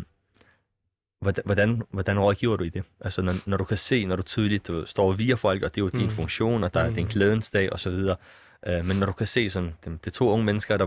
Hvordan rådgiver du i det? Altså når du kan se, når du tydeligt står via folk, og det er jo din funktion, og det er en glædens dag og så videre. Men når du kan se sådan, det er to unge mennesker, der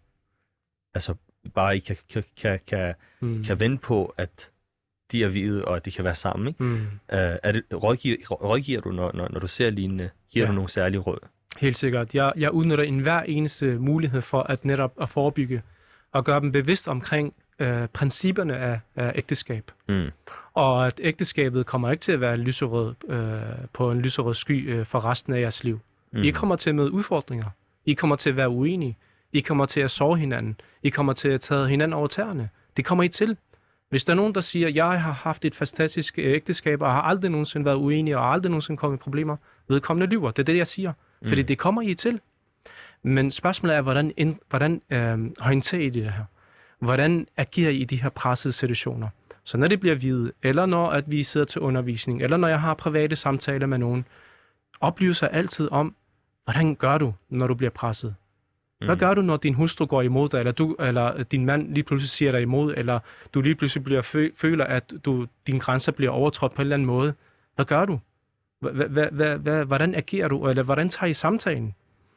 bare ikke kan vente på, at de er hvide, og at de kan være sammen, ikke? Rådgiver du, når du ser lignende? Giver du nogle særlige råd? Helt sikkert. Jeg udnytter enhver eneste mulighed for at netop at forebygge og gøre dem bevidst omkring principperne af ægteskab. Og at ægteskabet kommer ikke til at være lyserød på en lyserød sky for resten af jeres liv. I kommer til at møde udfordringer. I kommer til at være uenige. I kommer til at sove hinanden. I kommer til at tage hinanden over tæerne. Det kommer I til. Hvis der er nogen, der siger, at jeg har haft et fantastisk ægteskab, og har aldrig nogensinde været uenig, og aldrig nogensinde kommet i problemer, vedkommende lyver. Det er det, jeg siger. Fordi det kommer I til. Men spørgsmålet er, hvordan håndterer I det her? Hvordan agerer I i de her pressede situationer? Så når det bliver hvide, eller når at vi sidder til undervisning, eller når jeg har private samtaler med nogen, oplyser sig altid om, hvordan gør du, når du bliver presset? Hvad gør du, når din hustru går imod dig, eller din mand lige pludselig siger dig imod, eller du lige pludselig føler, at dine grænser bliver overtrådt på en eller anden måde? Hvad gør du? Hvordan agerer du, eller hvordan tager I samtalen?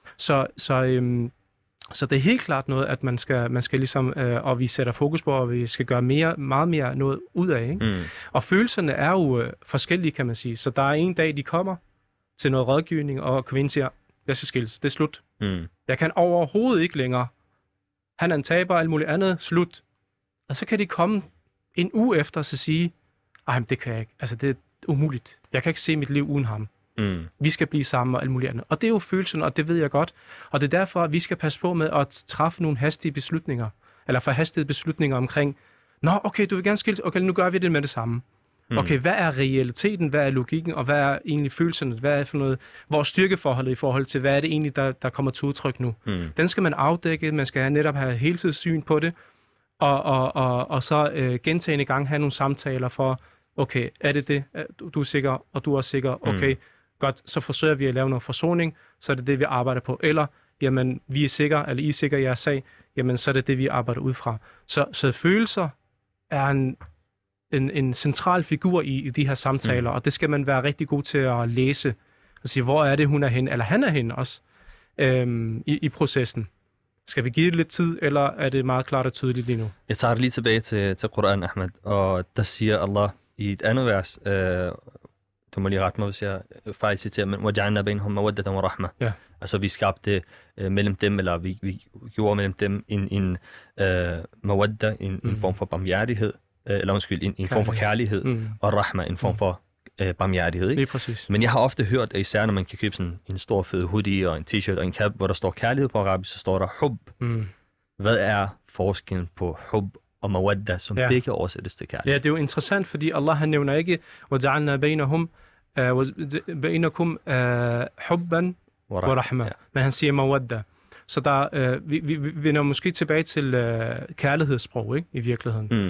Så det er helt klart noget, at man skal ligesom, og vi sætter fokus på, og vi skal gøre meget mere noget ud af, ikke? Og følelserne er jo forskellige, kan man sige. Så der er en dag, de kommer til noget rådgivning, og kvinden siger, jeg skal skilles, det er slut. Mm. Jeg kan overhovedet ikke længere. Han er en taber og alt muligt andet, slut. Og så kan de komme en uge efter og så sige, ej, det kan jeg ikke. Altså, det er umuligt. Jeg kan ikke se mit liv uden ham. Mm. Vi skal blive sammen og alt muligt andet. Og det er jo følelsen, og det ved jeg godt. Og det er derfor, at vi skal passe på med at træffe nogle hastige beslutninger. Eller forhastede beslutninger omkring, nå, okay, du vil gerne skilles. Okay, nu gør vi det med det samme. Okay, hvad er realiteten? Hvad er logikken? Og hvad er egentlig følelserne? Hvad er for noget? Hvor er styrkeforholdet i forhold til, hvad er det egentlig, der kommer til udtryk nu? Den skal man afdække. Man skal netop have heltidssyn på det. Og så gentagende gang have nogle samtaler for, okay, er det? Du er sikker, og du er også sikker. Okay, godt, så forsøger vi at lave noget forsoning, så er det det, vi arbejder på. Eller, jamen, vi er sikre, eller I er sikre i jeres sag, jamen, så er det det, vi arbejder ud fra. Så følelser er en central figur i de her samtaler, og det skal man være rigtig god til at læse og sige, hvor er det, hun er henne, eller han er henne også, i processen. Skal vi give det lidt tid, eller er det meget klart og tydeligt lige nu? Jeg tager det lige tilbage til Koran, Ahmed, og der siger Allah i et andet vers, du må lige rette mig, hvis jeg fejl citerer, men وَجَعَلْنَا بَيْنَهُمْ مَوَدَّةً وَرَحْمَةً. Ja. Altså vi skabte mellem dem, eller vi gjorde mellem dem en mawadda, en form for barmhjertighed, eller undskyld, en form for kærlighed, og rahma, en form for barmhjertighed. Ikke? Lige præcis. Men jeg har ofte hørt, at især når man kan købe sådan en stor fed hoodie og en t-shirt og en cap, hvor der står kærlighed på arabisk, så står der hub. Hvad er forskellen på hub og mawadda, som begge oversættes til kærlighed? Ja, det er jo interessant, fordi Allah han nævner ikke, وَجَعَلْنَا بَيْنَكُمْ حُبًّا وَرَحْمَةً, men han siger mawadda. Så der, vi vender måske tilbage til kærlighedssprog, ikke, i virkeligheden.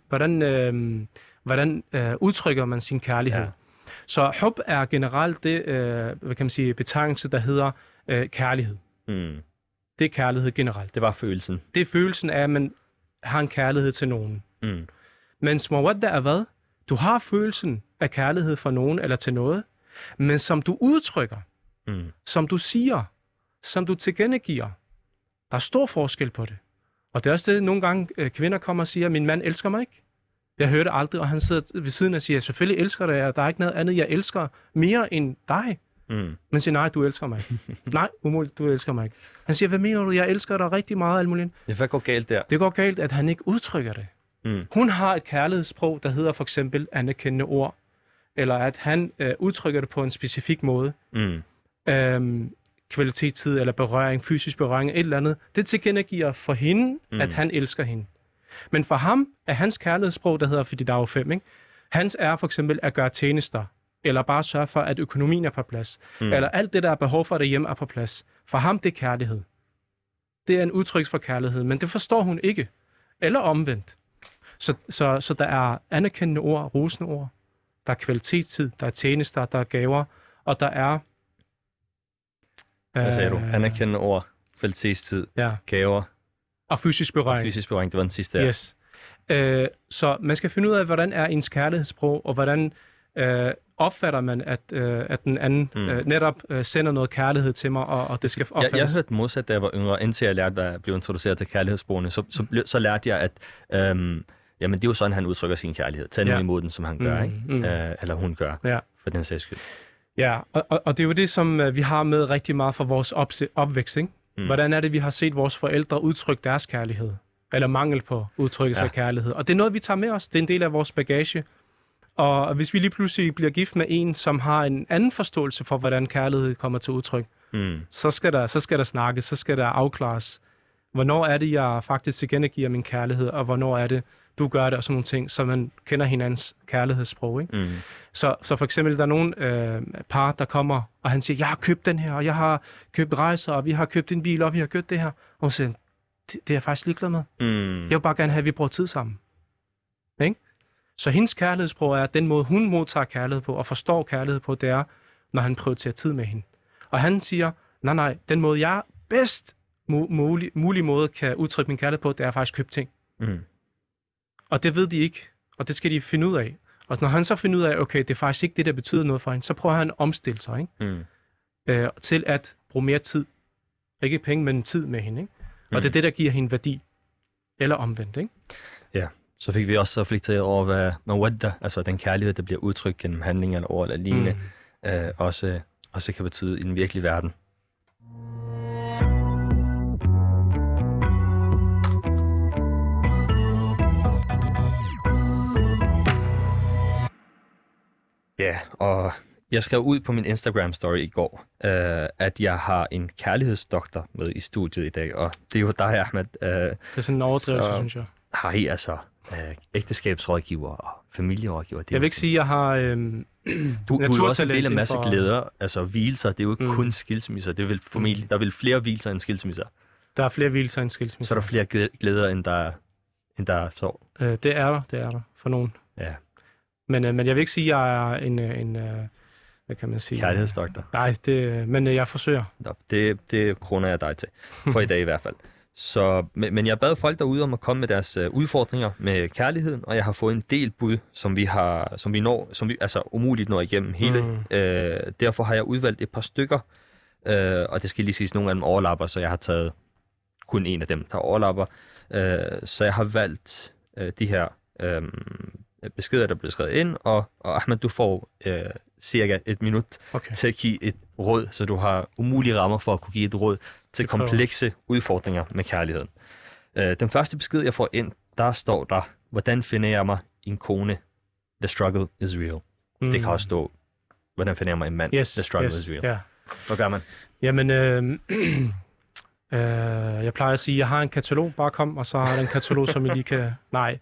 Hvordan udtrykker man sin kærlighed? Ja. Så hub er generelt det, hvad kan man sige, betegnelse, der hedder kærlighed. Det er kærlighed generelt. Det var følelsen. Det er følelsen af, at man har en kærlighed til nogen. Mens mawadda er hvad? Du har følelsen af kærlighed for nogen eller til noget, men som du udtrykker, som du siger, som du tilkendegiver, der er stor forskel på det. Og det er også det, nogle gange kvinder kommer og siger, min mand elsker mig ikke. Jeg hører det aldrig, og han sidder ved siden og siger, selvfølgelig elsker dig, og der er ikke noget andet, jeg elsker mere end dig. Men siger, nej, du elsker mig ikke. Nej, umuligt, du elsker mig ikke. Han siger, hvad mener du, jeg elsker dig rigtig meget, alt muligt. Hvad går galt der? Det går galt, at han ikke udtrykker det. Hun har et kærlighedssprog, der hedder for eksempel anerkendende ord, eller at han udtrykker det på en specifik måde. Kvalitetstid eller berøring, fysisk berøring, et eller andet. Det tilkendegiver for hende, at han elsker hende. Men for ham er hans kærlighedssprog, der hedder, fordi der er jo 5, ikke? Hans er for eksempel at gøre tjenester, eller bare sørge for, at økonomien er på plads, eller alt det, der er behov for derhjemme, er på plads. For ham, det er kærlighed. Det er en udtryk for kærlighed, men det forstår hun ikke. Eller omvendt. Så der er anerkendende ord, rosende ord, der er kvalitetstid, der er tjenester, der er gaver, og der er... Hvad sagde du? Anerkendende ord, kvalitetstid, gaver... Og fysisk berøring. Fysisk berøring, det var den sidste her. Yes. Så man skal finde ud af, hvordan er ens kærlighedssprog, og hvordan opfatter man, at den anden netop sender noget kærlighed til mig, og det skal opfattes. Jeg hørte modsat, da jeg var yngre, indtil jeg lærte at blive introduceret til kærlighedssprogene, så lærte jeg, at jamen, det er jo sådan, han udtrykker sin kærlighed. Tag nu imod den, som han gør, ikke? Eller hun gør, for den sags skyld. Ja, og det er jo det, som vi har med rigtig meget fra vores opvækst, ikke? Hvordan er det, vi har set vores forældre udtrykke deres kærlighed? Eller mangel på udtrykkelse af kærlighed. Og det er noget, vi tager med os. Det er en del af vores bagage. Og hvis vi lige pludselig bliver gift med en, som har en anden forståelse for, hvordan kærlighed kommer til udtryk, så skal der snakkes, så skal der afklares. Hvornår er det, jeg faktisk tilkendegiver min kærlighed, og hvornår er det, du gør det, og sådan nogle ting, så man kender hinandens kærlighedssprog, ikke? Så for eksempel, der er nogle par, der kommer, og han siger, jeg har købt den her, og jeg har købt rejser, og vi har købt en bil, og vi har købt det her. Og hun siger, det er jeg faktisk ligeglad med. Jeg vil bare gerne have, at vi bruger tid sammen. Ikke? Så hendes kærlighedssprog er, at den måde, hun modtager kærlighed på, og forstår kærlighed på, det er, når han prioriterer tid med hende. Og han siger, nej, den måde, jeg bedst mulig måde kan udtrykke min kærlighed på, det er faktisk købe ting. Og det ved de ikke, og det skal de finde ud af. Og når han så finder ud af, okay, det er faktisk ikke det, der betyder noget for hende, så prøver han at omstille sig, ikke? Til at bruge mere tid. Ikke penge, men tid med hende, ikke? Og det er det, der giver hende værdi. Eller omvendt, ikke? Ja, så fik vi også reflekteret over, hvad mawadda, altså den kærlighed, der bliver udtrykt gennem handlinger eller ord eller lignende, også kan betyde i den virkelige verden. Ja, og jeg skrev ud på min Instagram-story i går, at jeg har en kærlighedsdoktor med i studiet i dag, og det er jo dig, Ahmed. Det er sådan en overdrivelse, synes jeg. Har I altså ægteskabsrådgiver og familierådgiver? Jeg vil ikke sige, at jeg har Du er jo også en del af masse glæder, altså hvilelser, det er jo ikke kun skilsmisser, det er vel formentlig, der er vel flere hvilelser end skilsmisser. Der er flere hvilelser end skilsmisser. Så er der flere glæder, end der er sorg. Det er der for nogen. Ja. Men jeg vil ikke sige, at jeg er en hvad kan man sige? Kærlighedsdoktor. Nej, men jeg forsøger. Nå, det kroner jeg dig til, for i dag i hvert fald. Så, men jeg bad folk derude om at komme med deres udfordringer med kærligheden, og jeg har fået en del bud, som vi altså umuligt når igennem hele. Derfor har jeg udvalgt et par stykker, og det skal lige siges, nogle af dem overlapper, så jeg har taget kun en af dem, der overlapper. Så jeg har valgt de her beskeder, der bliver skrevet ind, og Ahmed, du får cirka 1 minut til at give et råd, så du har umulige rammer for at kunne give et råd til komplekse udfordringer med kærligheden. Den første besked, jeg får ind, der står der, hvordan finder jeg mig en kone? The struggle is real. Det kan også stå, hvordan finder jeg mig en mand? The struggle is real. Yeah. Hvad gør man? Jamen, jeg plejer at sige, at jeg har en katalog, bare kom, og så har jeg en katalog, som I lige kan... Nej.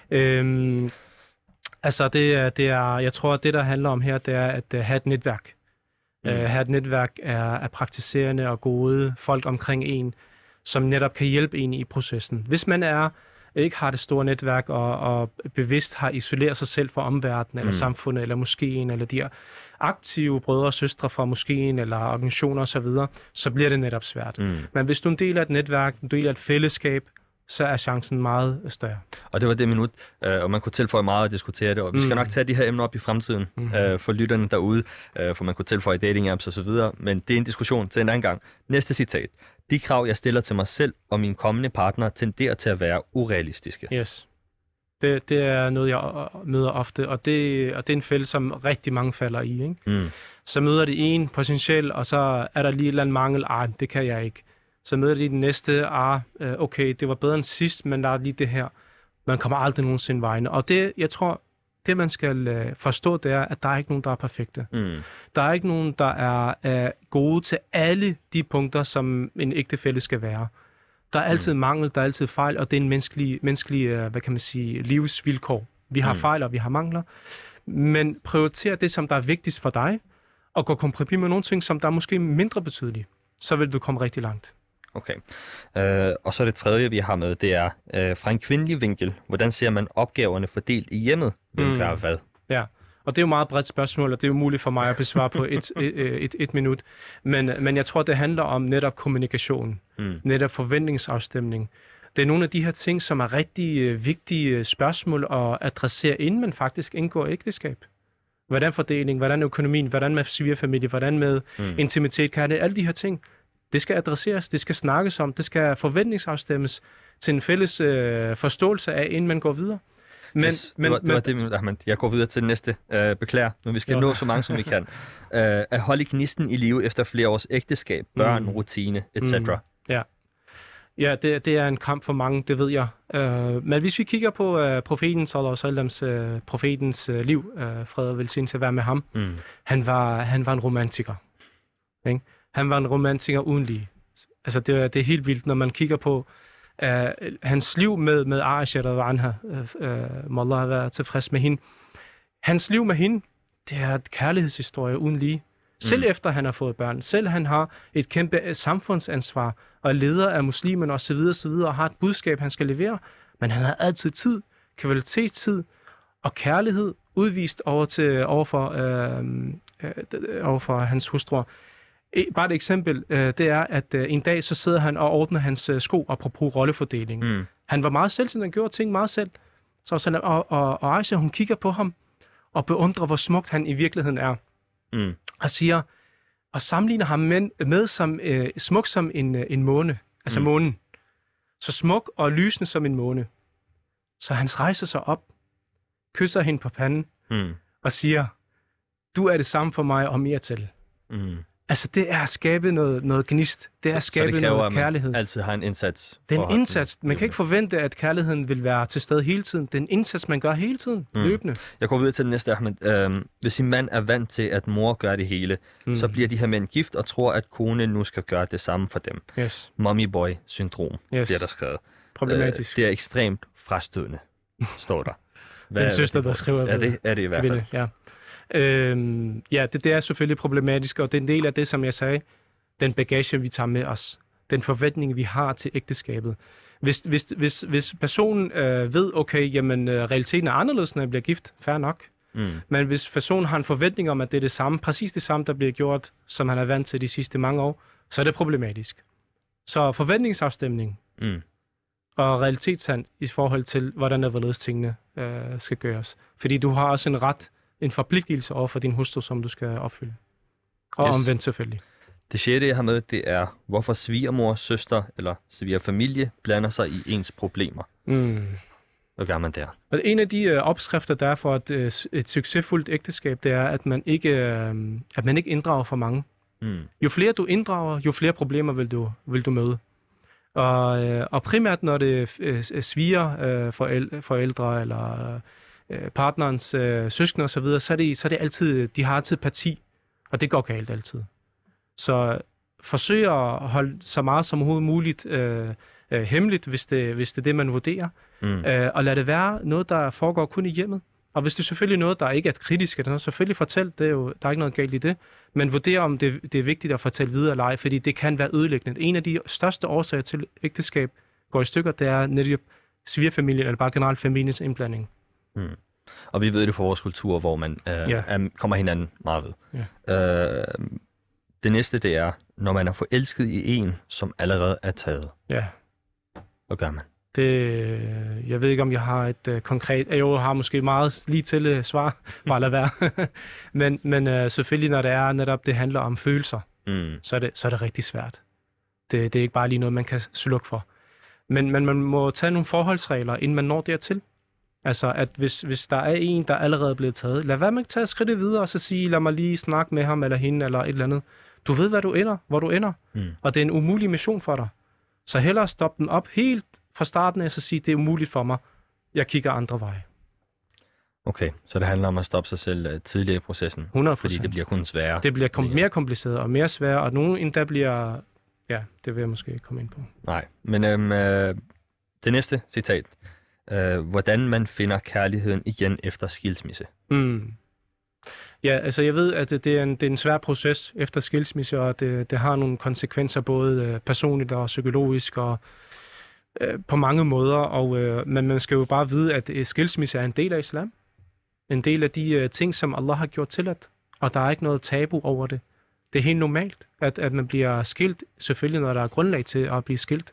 Altså, det er, jeg tror, at det, der handler om her, det er at have et netværk. Have et netværk af praktiserende og gode folk omkring en, som netop kan hjælpe en i processen. Hvis man ikke har det store netværk og bevidst har isoleret sig selv fra omverdenen eller samfundet eller moskeen eller de aktive brødre og søstre fra moskeen eller organisationer osv., så bliver det netop svært. Men hvis du er en del af et netværk, en del af et fællesskab, så er chancen meget større. Og det var det minut, og man kunne tilføje meget at diskutere det, og vi skal nok tage de her emner op i fremtiden for lytterne derude, for man kunne tilføje dating apps og så videre, men det er en diskussion til en anden gang. Næste citat. De krav, jeg stiller til mig selv og min kommende partner, tenderer til at være urealistiske. Yes. Det er noget, jeg møder ofte, og det er en fælde, som rigtig mange falder i. Ikke? Så møder de en potentiel, og så er der lige et eller andet mangel. Det kan jeg ikke. Så møder de den næste, okay, det var bedre end sidst, men der er lige det her. Man kommer aldrig nogensinde vegne. Og det, jeg tror, det man skal forstå, det er, at der er ikke nogen, der er perfekte. Der er ikke nogen, der er gode til alle de punkter, som en ægtefælle skal være. Der er altid mangel, der er altid fejl, og det er en menneskelig hvad kan man sige, livsvilkår. Vi har fejl, og vi har mangler. Men prioriter det, som der er vigtigst for dig, og gå kompromis med nogle ting, som der er måske mindre betydelige. Så vil du komme rigtig langt. Okay. Og så det tredje, vi har med, det er fra en kvindelig vinkel. Hvordan ser man opgaverne fordelt i hjemmet? Hvem gør hvad? Ja, og det er jo meget bredt spørgsmål, og det er jo muligt for mig at besvare på et minut. Men jeg tror, det handler om netop kommunikation, netop forventningsafstemning. Det er nogle af de her ting, som er rigtig vigtige spørgsmål at adressere, inden man faktisk indgår ægteskab. Hvordan fordeling, hvordan økonomien, hvordan med svigerfamilie, hvordan med intimitet, kærlighed, alle de her ting. Det skal adresseres, det skal snakkes om, det skal forventningsafstemmes til en fælles forståelse af, inden man går videre. Men, det var det, Ahmed. Jeg går videre til den næste. Beklager, men vi skal nå så mange, som vi kan. At holde gnisten i live efter flere års ægteskab, børn, rutine, etc. Ja, det er en kamp for mange, det ved jeg. Men hvis vi kigger på profetens liv, fred og velsignelse at være med ham, han var en romantiker. Ikke? Han var en romantiker uden lige. Altså det er helt vildt, når man kigger på hans liv med Aisha, der var her, må Allah have været tilfreds med hende. Hans liv med hende, det er et kærlighedshistorie uden lige. Selv efter han har fået børn, selv han har et kæmpe samfundsansvar, og er leder af muslimerne osv., og har et budskab, han skal levere. Men han har altid tid, kvalitetstid og kærlighed udvist over for hans hustruer. Bare et eksempel, det er, at en dag så sidder han og ordner hans sko, apropos rollefordeling. Han var meget selvstændig, han gjorde ting meget selv. Og Aisha, hun kigger på ham og beundrer, hvor smukt han i virkeligheden er. Og siger, og sammenligner ham med som smuk som en måne, altså månen. Så smuk og lysende som en måne. Så han rejser sig op, kysser hende på panden og siger, du er det samme for mig og mere til. Altså, det er at skabe noget gnist. Det er at skabe så det kræver, noget kærlighed. Man altid har en indsats. Det er en indsats. Man kan ikke forvente, at kærligheden vil være til stede hele tiden. Det er en indsats, man gør hele tiden, løbende. Jeg går videre til det næste, Ahmed. Hvis en mand er vant til, at mor gør det hele, så bliver de her mænd gift og tror, at kone nu skal gøre det samme for dem. Yes. Mommy boy syndrom, det er der skrevet. Problematisk. Det er ekstremt frastødende, står der. Det er en søster, der skriver. Er det i hvert fald. Ja. Ja, det er selvfølgelig problematisk, og det er en del af det, som jeg sagde, den bagage, vi tager med os, den forventning, vi har til ægteskabet. Hvis personen ved, okay, jamen realiteten er anderledes, når jeg bliver gift, fair nok. Men hvis personen har en forventning om, at det er det samme, præcis det samme, der bliver gjort, som han er vant til de sidste mange år, så er det problematisk. Så forventningsafstemning og realitetssand i forhold til, hvordan der hvorledes tingene skal gøres. Fordi du har også en forpligtelse over for din hustru, som du skal opfylde. Og omvendt selvfølgelig. Det sjette, jeg har med, det er, hvorfor svigermor, søster eller svigerfamilie blander sig i ens problemer. Hvad gør man der? Og en af de opskrifter, der er for et succesfuldt ægteskab, det er, at man ikke inddrager for mange. Jo flere du inddrager, jo flere problemer vil du møde. Og primært når det sviger forældre eller partnerens søskende og så videre, så er det altid, de har altid parti, og det går galt altid. Så forsøg at holde så meget som overhovedet muligt hemmeligt, hvis det er det, man vurderer, og lad det være noget, der foregår kun i hjemmet. Og hvis det er selvfølgelig noget, der ikke er kritisk, så selvfølgelig fortæl, der er ikke noget galt i det, men vurder om det er vigtigt at fortælle videre eller ej, fordi det kan være ødelæggende. En af de største årsager til ægteskab går i stykker, det er netop svigerfamilien, eller bare generelt familiens indblanding. Og vi ved det fra vores kultur, hvor man kommer hinanden meget ved. Det næste, det er, når man er forelsket i en, som allerede er taget. Ja. Hvad gør man? Jeg ved ikke, om jeg har et konkret... Jeg har måske meget lige til svar, bare lad være. men selvfølgelig, når det er netop, det handler om følelser, så er det rigtig svært. Det er ikke bare lige noget, man kan slukke for. Men man må tage nogle forholdsregler, inden man når dertil. Altså, at hvis der er en, der allerede er blevet taget, lad være med at tage skridtet videre og så sige, lad mig lige snakke med ham eller hende eller et eller andet. Du ved, hvor du ender, og det er en umulig mission for dig. Så hellere stop den op helt fra starten af, så sige, det er umuligt for mig. Jeg kigger andre veje. Okay, så det handler om at stoppe sig selv tidligere i processen? 100%. Fordi det bliver kun sværere? Det bliver mere kompliceret og mere sværere, og nogen endda bliver... Ja, det vil jeg måske ikke komme ind på. Nej, men det næste citat. Hvordan man finder kærligheden igen efter skilsmisse. Ja, altså jeg ved, at det er en svær proces efter skilsmisse, og det har nogle konsekvenser både personligt og psykologisk og på mange måder. Men man skal jo bare vide, at skilsmisse er en del af islam. En del af de ting, som Allah har gjort tilladt, og der er ikke noget tabu over det. Det er helt normalt, at man bliver skilt, selvfølgelig når der er grundlag til at blive skilt.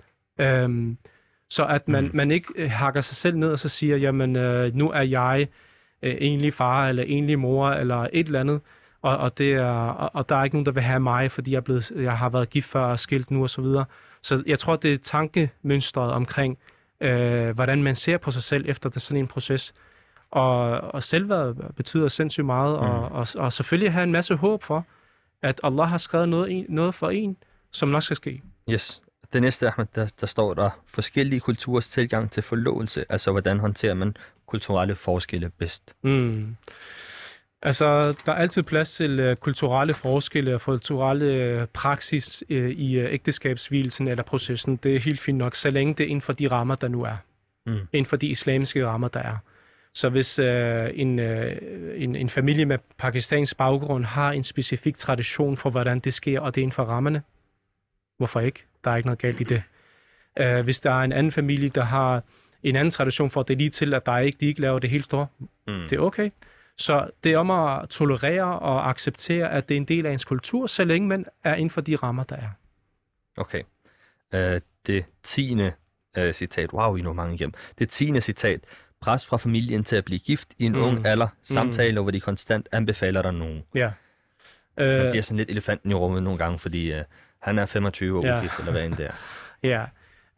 Så at man ikke hakker sig selv ned og så siger, jamen nu er jeg egentlig far eller egentlig mor eller et eller andet, og der er ikke nogen, der vil have mig, fordi jeg har været gift før og skilt nu og så videre. Så jeg tror, det er tankemønstret omkring, hvordan man ser på sig selv efter sådan en proces. Og selvværd betyder sindssygt meget, og selvfølgelig have en masse håb for, at Allah har skrevet noget for en, som nok skal ske. Yes. Det næste, Ahmed, der står der forskellige kulturers tilgang til forlovelse. Altså, hvordan håndterer man kulturelle forskelle bedst? Altså, der er altid plads til kulturelle forskelle og kulturelle praksis i ægteskabsvielsen eller processen. Det er helt fint nok, så længe det er inden for de rammer, der nu er. Inden for de islamiske rammer, der er. Så hvis en familie med pakistansk baggrund har en specifik tradition for, hvordan det sker, og det er inden for rammerne, hvorfor ikke? Der er ikke noget galt i det. Hvis der er en anden familie, der har en anden tradition for, at det er lige til, at de ikke laver det helt store, det er okay. Så det er om at tolerere og acceptere, at det er en del af ens kultur, så længe man er inden for de rammer, der er. Okay. Det 10. citat. Wow, I når mange hjem. Det 10. citat. Pres fra familien til at blive gift i en ung alder. Samtaler, hvor de konstant anbefaler dig nogen. Ja. Man bliver sådan lidt elefanten i rummet nogle gange, fordi han er 25 år ugift, eller hvad end det er. Ja.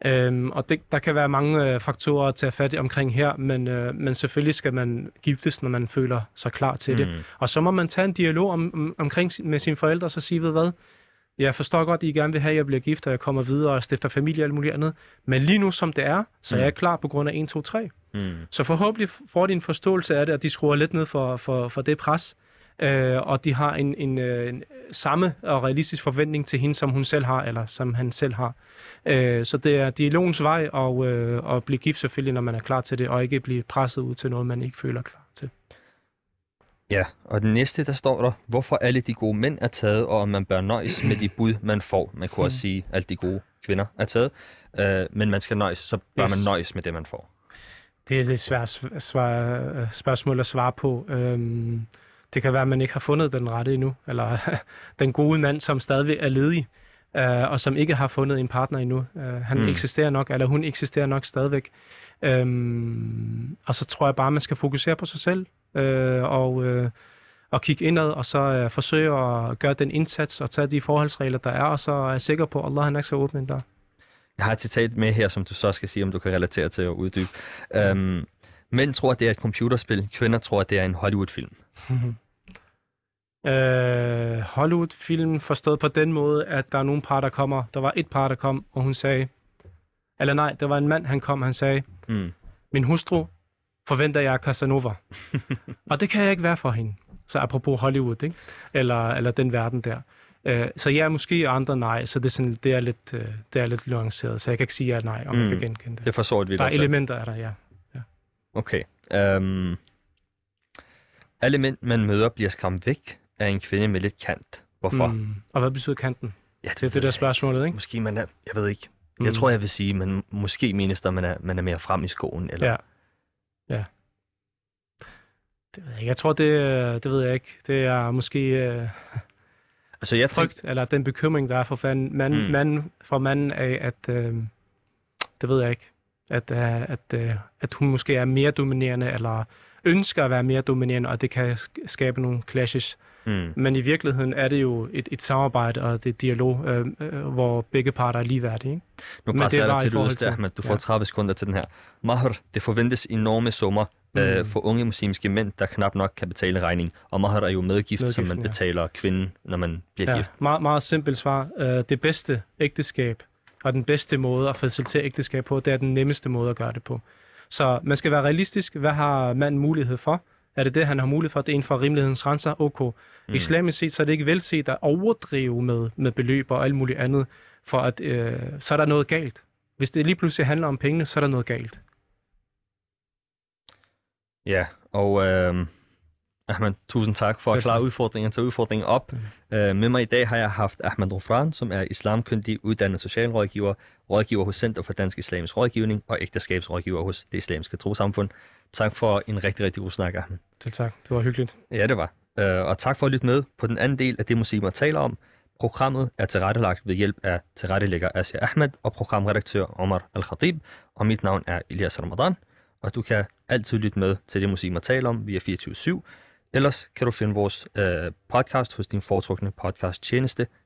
Og der kan være mange faktorer at tage fat i omkring her, men selvfølgelig skal man giftes, når man føler sig klar til det. Og så må man tage en dialog omkring med sine forældre, og så sige, ved hvad, jeg forstår godt, at I gerne vil have, at jeg bliver gift, og jeg kommer videre og stifter familie og alt muligt andet. Men lige nu, som det er, så er jeg klar på grund af 1, 2, 3. Så forhåbentlig får de en forståelse af det, at de skruer lidt ned for det pres. Og de har en samme og realistisk forventning til hende, som hun selv har, eller som han selv har. Så det er dialogens vej at blive gift selvfølgelig, når man er klar til det, og ikke blive presset ud til noget, man ikke føler klar til. Ja, og den næste, der står der, hvorfor alle de gode mænd er taget, og om man bør nøjes med de bud, man får. Man kunne også sige, at alle de gode kvinder er taget, men man skal nøjes, så bør man nøjes med det, man får. Det er et svært spørgsmål at svare på. Det kan være, at man ikke har fundet den rette endnu, eller den gode mand, som stadig er ledig, og som ikke har fundet en partner endnu. Han eksisterer nok, eller hun eksisterer nok stadigvæk. Og så tror jeg bare, man skal fokusere på sig selv, og kigge indad, og så forsøge at gøre den indsats, og tage de forholdsregler, der er, og så er jeg sikker på, at Allah han ikke skal åbne en dør. Jeg har et citat med her, som du så skal sige, om du kan relatere til at uddybe. Mænd tror, at det er et computerspil. Kvinder tror, at det er en Hollywood-film. Hollywood-film forstået på den måde, at der er nogle par, der kommer. Der var et par, der kom, og hun sagde... Eller nej, der var en mand, han sagde... Min hustru forventer jeg Casanova. Og det kan jeg ikke være for hende. Så apropos Hollywood, ikke? Eller den verden der. Så ja, måske, og andre nej. Så det er lidt nuanceret. Så jeg kan ikke sige ja nej, om jeg kan genkende det. Det forstår vi. Der er elementer af der, ja. Okay. Alle mænd, man møder, bliver skræmt væk af en kvinde med lidt kant. Hvorfor? Og hvad betyder kanten? Ja, det der spørgsmålet, ikke? Måske man er... Jeg ved ikke. Jeg tror, jeg vil sige, men måske menes der, man er mere frem i skoen, eller... Ja. Det ved jeg ikke. Jeg tror, det ved jeg ikke. Det er måske altså, jeg frygt, eller den bekymring, der er for manden af, at... det ved jeg ikke. At hun måske er mere dominerende, eller ønsker at være mere dominerende, og det kan skabe nogle clashes. Men i virkeligheden er det jo et samarbejde, og det er dialog, hvor begge parter er ligeværdige. Ikke? Nu passer jeg dig til det, Ahmed. Du får 30 sekunder til den her. Mahr, det forventes enorme summer for unge muslimske mænd, der knap nok kan betale regning. Og mahr er jo medgift, som man betaler kvinden, når man bliver gift. Meget, meget simpelt svar. Det bedste ægteskab, og den bedste måde at facilitere ægteskab på, det er den nemmeste måde at gøre det på. Så man skal være realistisk. Hvad har manden mulighed for? Er det, han har mulighed for? Det er inden for rimelighedens grænser? Okay. Islamisk set, så er det ikke velset at overdrive med beløb og alt muligt andet, for at så er der noget galt. Hvis det lige pludselig handler om pengene, så er der noget galt. Ja, og Ahmed, tusind tak for at klare udfordringen, tage udfordringen op. Med mig i dag har jeg haft Ahmed Rufran, som er islamkyndig, uddannet socialrådgiver, rådgiver hos Center for Dansk Islamisk Rådgivning og ægteskabsrådgiver hos Det Islamiske Trossamfund. Tak for en rigtig, rigtig god snak, Ahmed. Selv tak. Det var hyggeligt. Ja, det var. Og tak for at lytte med på den anden del af det, muslimer taler om. Programmet er tilrettelagt ved hjælp af tilrettelægger Asia Ahmed og programredaktør Omar Al-Khatib. Og mit navn er Ilyas Ramadan. Og du kan altid lytte med til det, muslimer taler om via 24/7. Ellers kan du finde vores podcast hos din foretrukne podcast tjeneste.